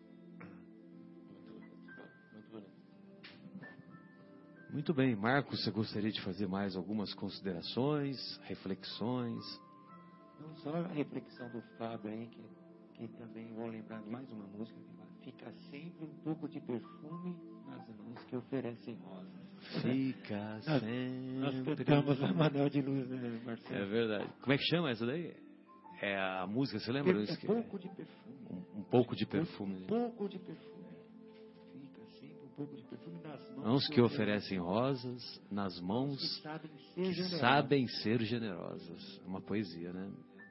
Muito bonito. Muito bem, Marcos, você gostaria de fazer mais algumas considerações, reflexões? Não só a reflexão do Fábio aí, que também vou lembrar de mais uma música que fala: fica sempre um pouco de perfume nas mãos que oferecem rosas. Fica Nós sempre... cantamos a Manuel de Luz, né, Marcelo? É verdade. Como é que chama essa daí? É a música, você lembra? Um pouco de perfume. Um pouco de perfume. Um pouco de perfume. Fica sempre um pouco de perfume nas mãos. Mãos que oferecem rosas, nas mãos que sabem ser generosas. É uma poesia, né?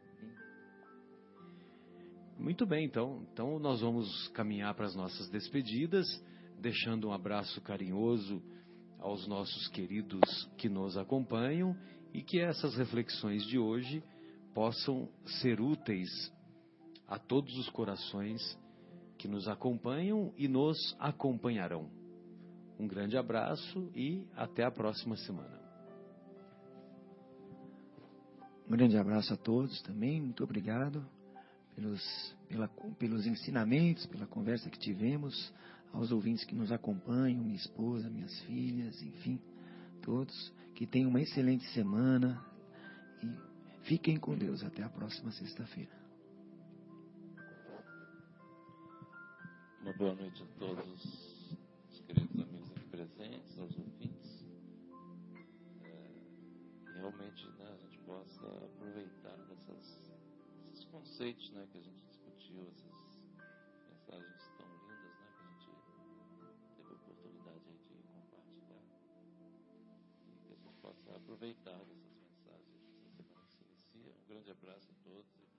Muito bem, então. Então nós vamos caminhar para as nossas despedidas, deixando um abraço carinhoso aos nossos queridos que nos acompanham e que essas reflexões de hoje possam ser úteis a todos os corações que nos acompanham e nos acompanharão. Um grande abraço e até a próxima semana. Um grande abraço a todos também, muito obrigado pelos ensinamentos, pela conversa que tivemos, aos ouvintes que nos acompanham, minha esposa, minhas filhas, enfim, todos, que tenham uma excelente semana e fiquem com Deus até a próxima sexta-feira. Uma boa noite a todos os queridos amigos aqui presentes, aos ouvintes. Realmente, né, a gente possa aproveitar esses conceitos, né, que a gente discutiu, essas mensagens tão lindas, né, que a gente teve a oportunidade aí de compartilhar, e que a gente possa aproveitar essas mensagens dessa semana que se inicia. Um grande abraço a todos.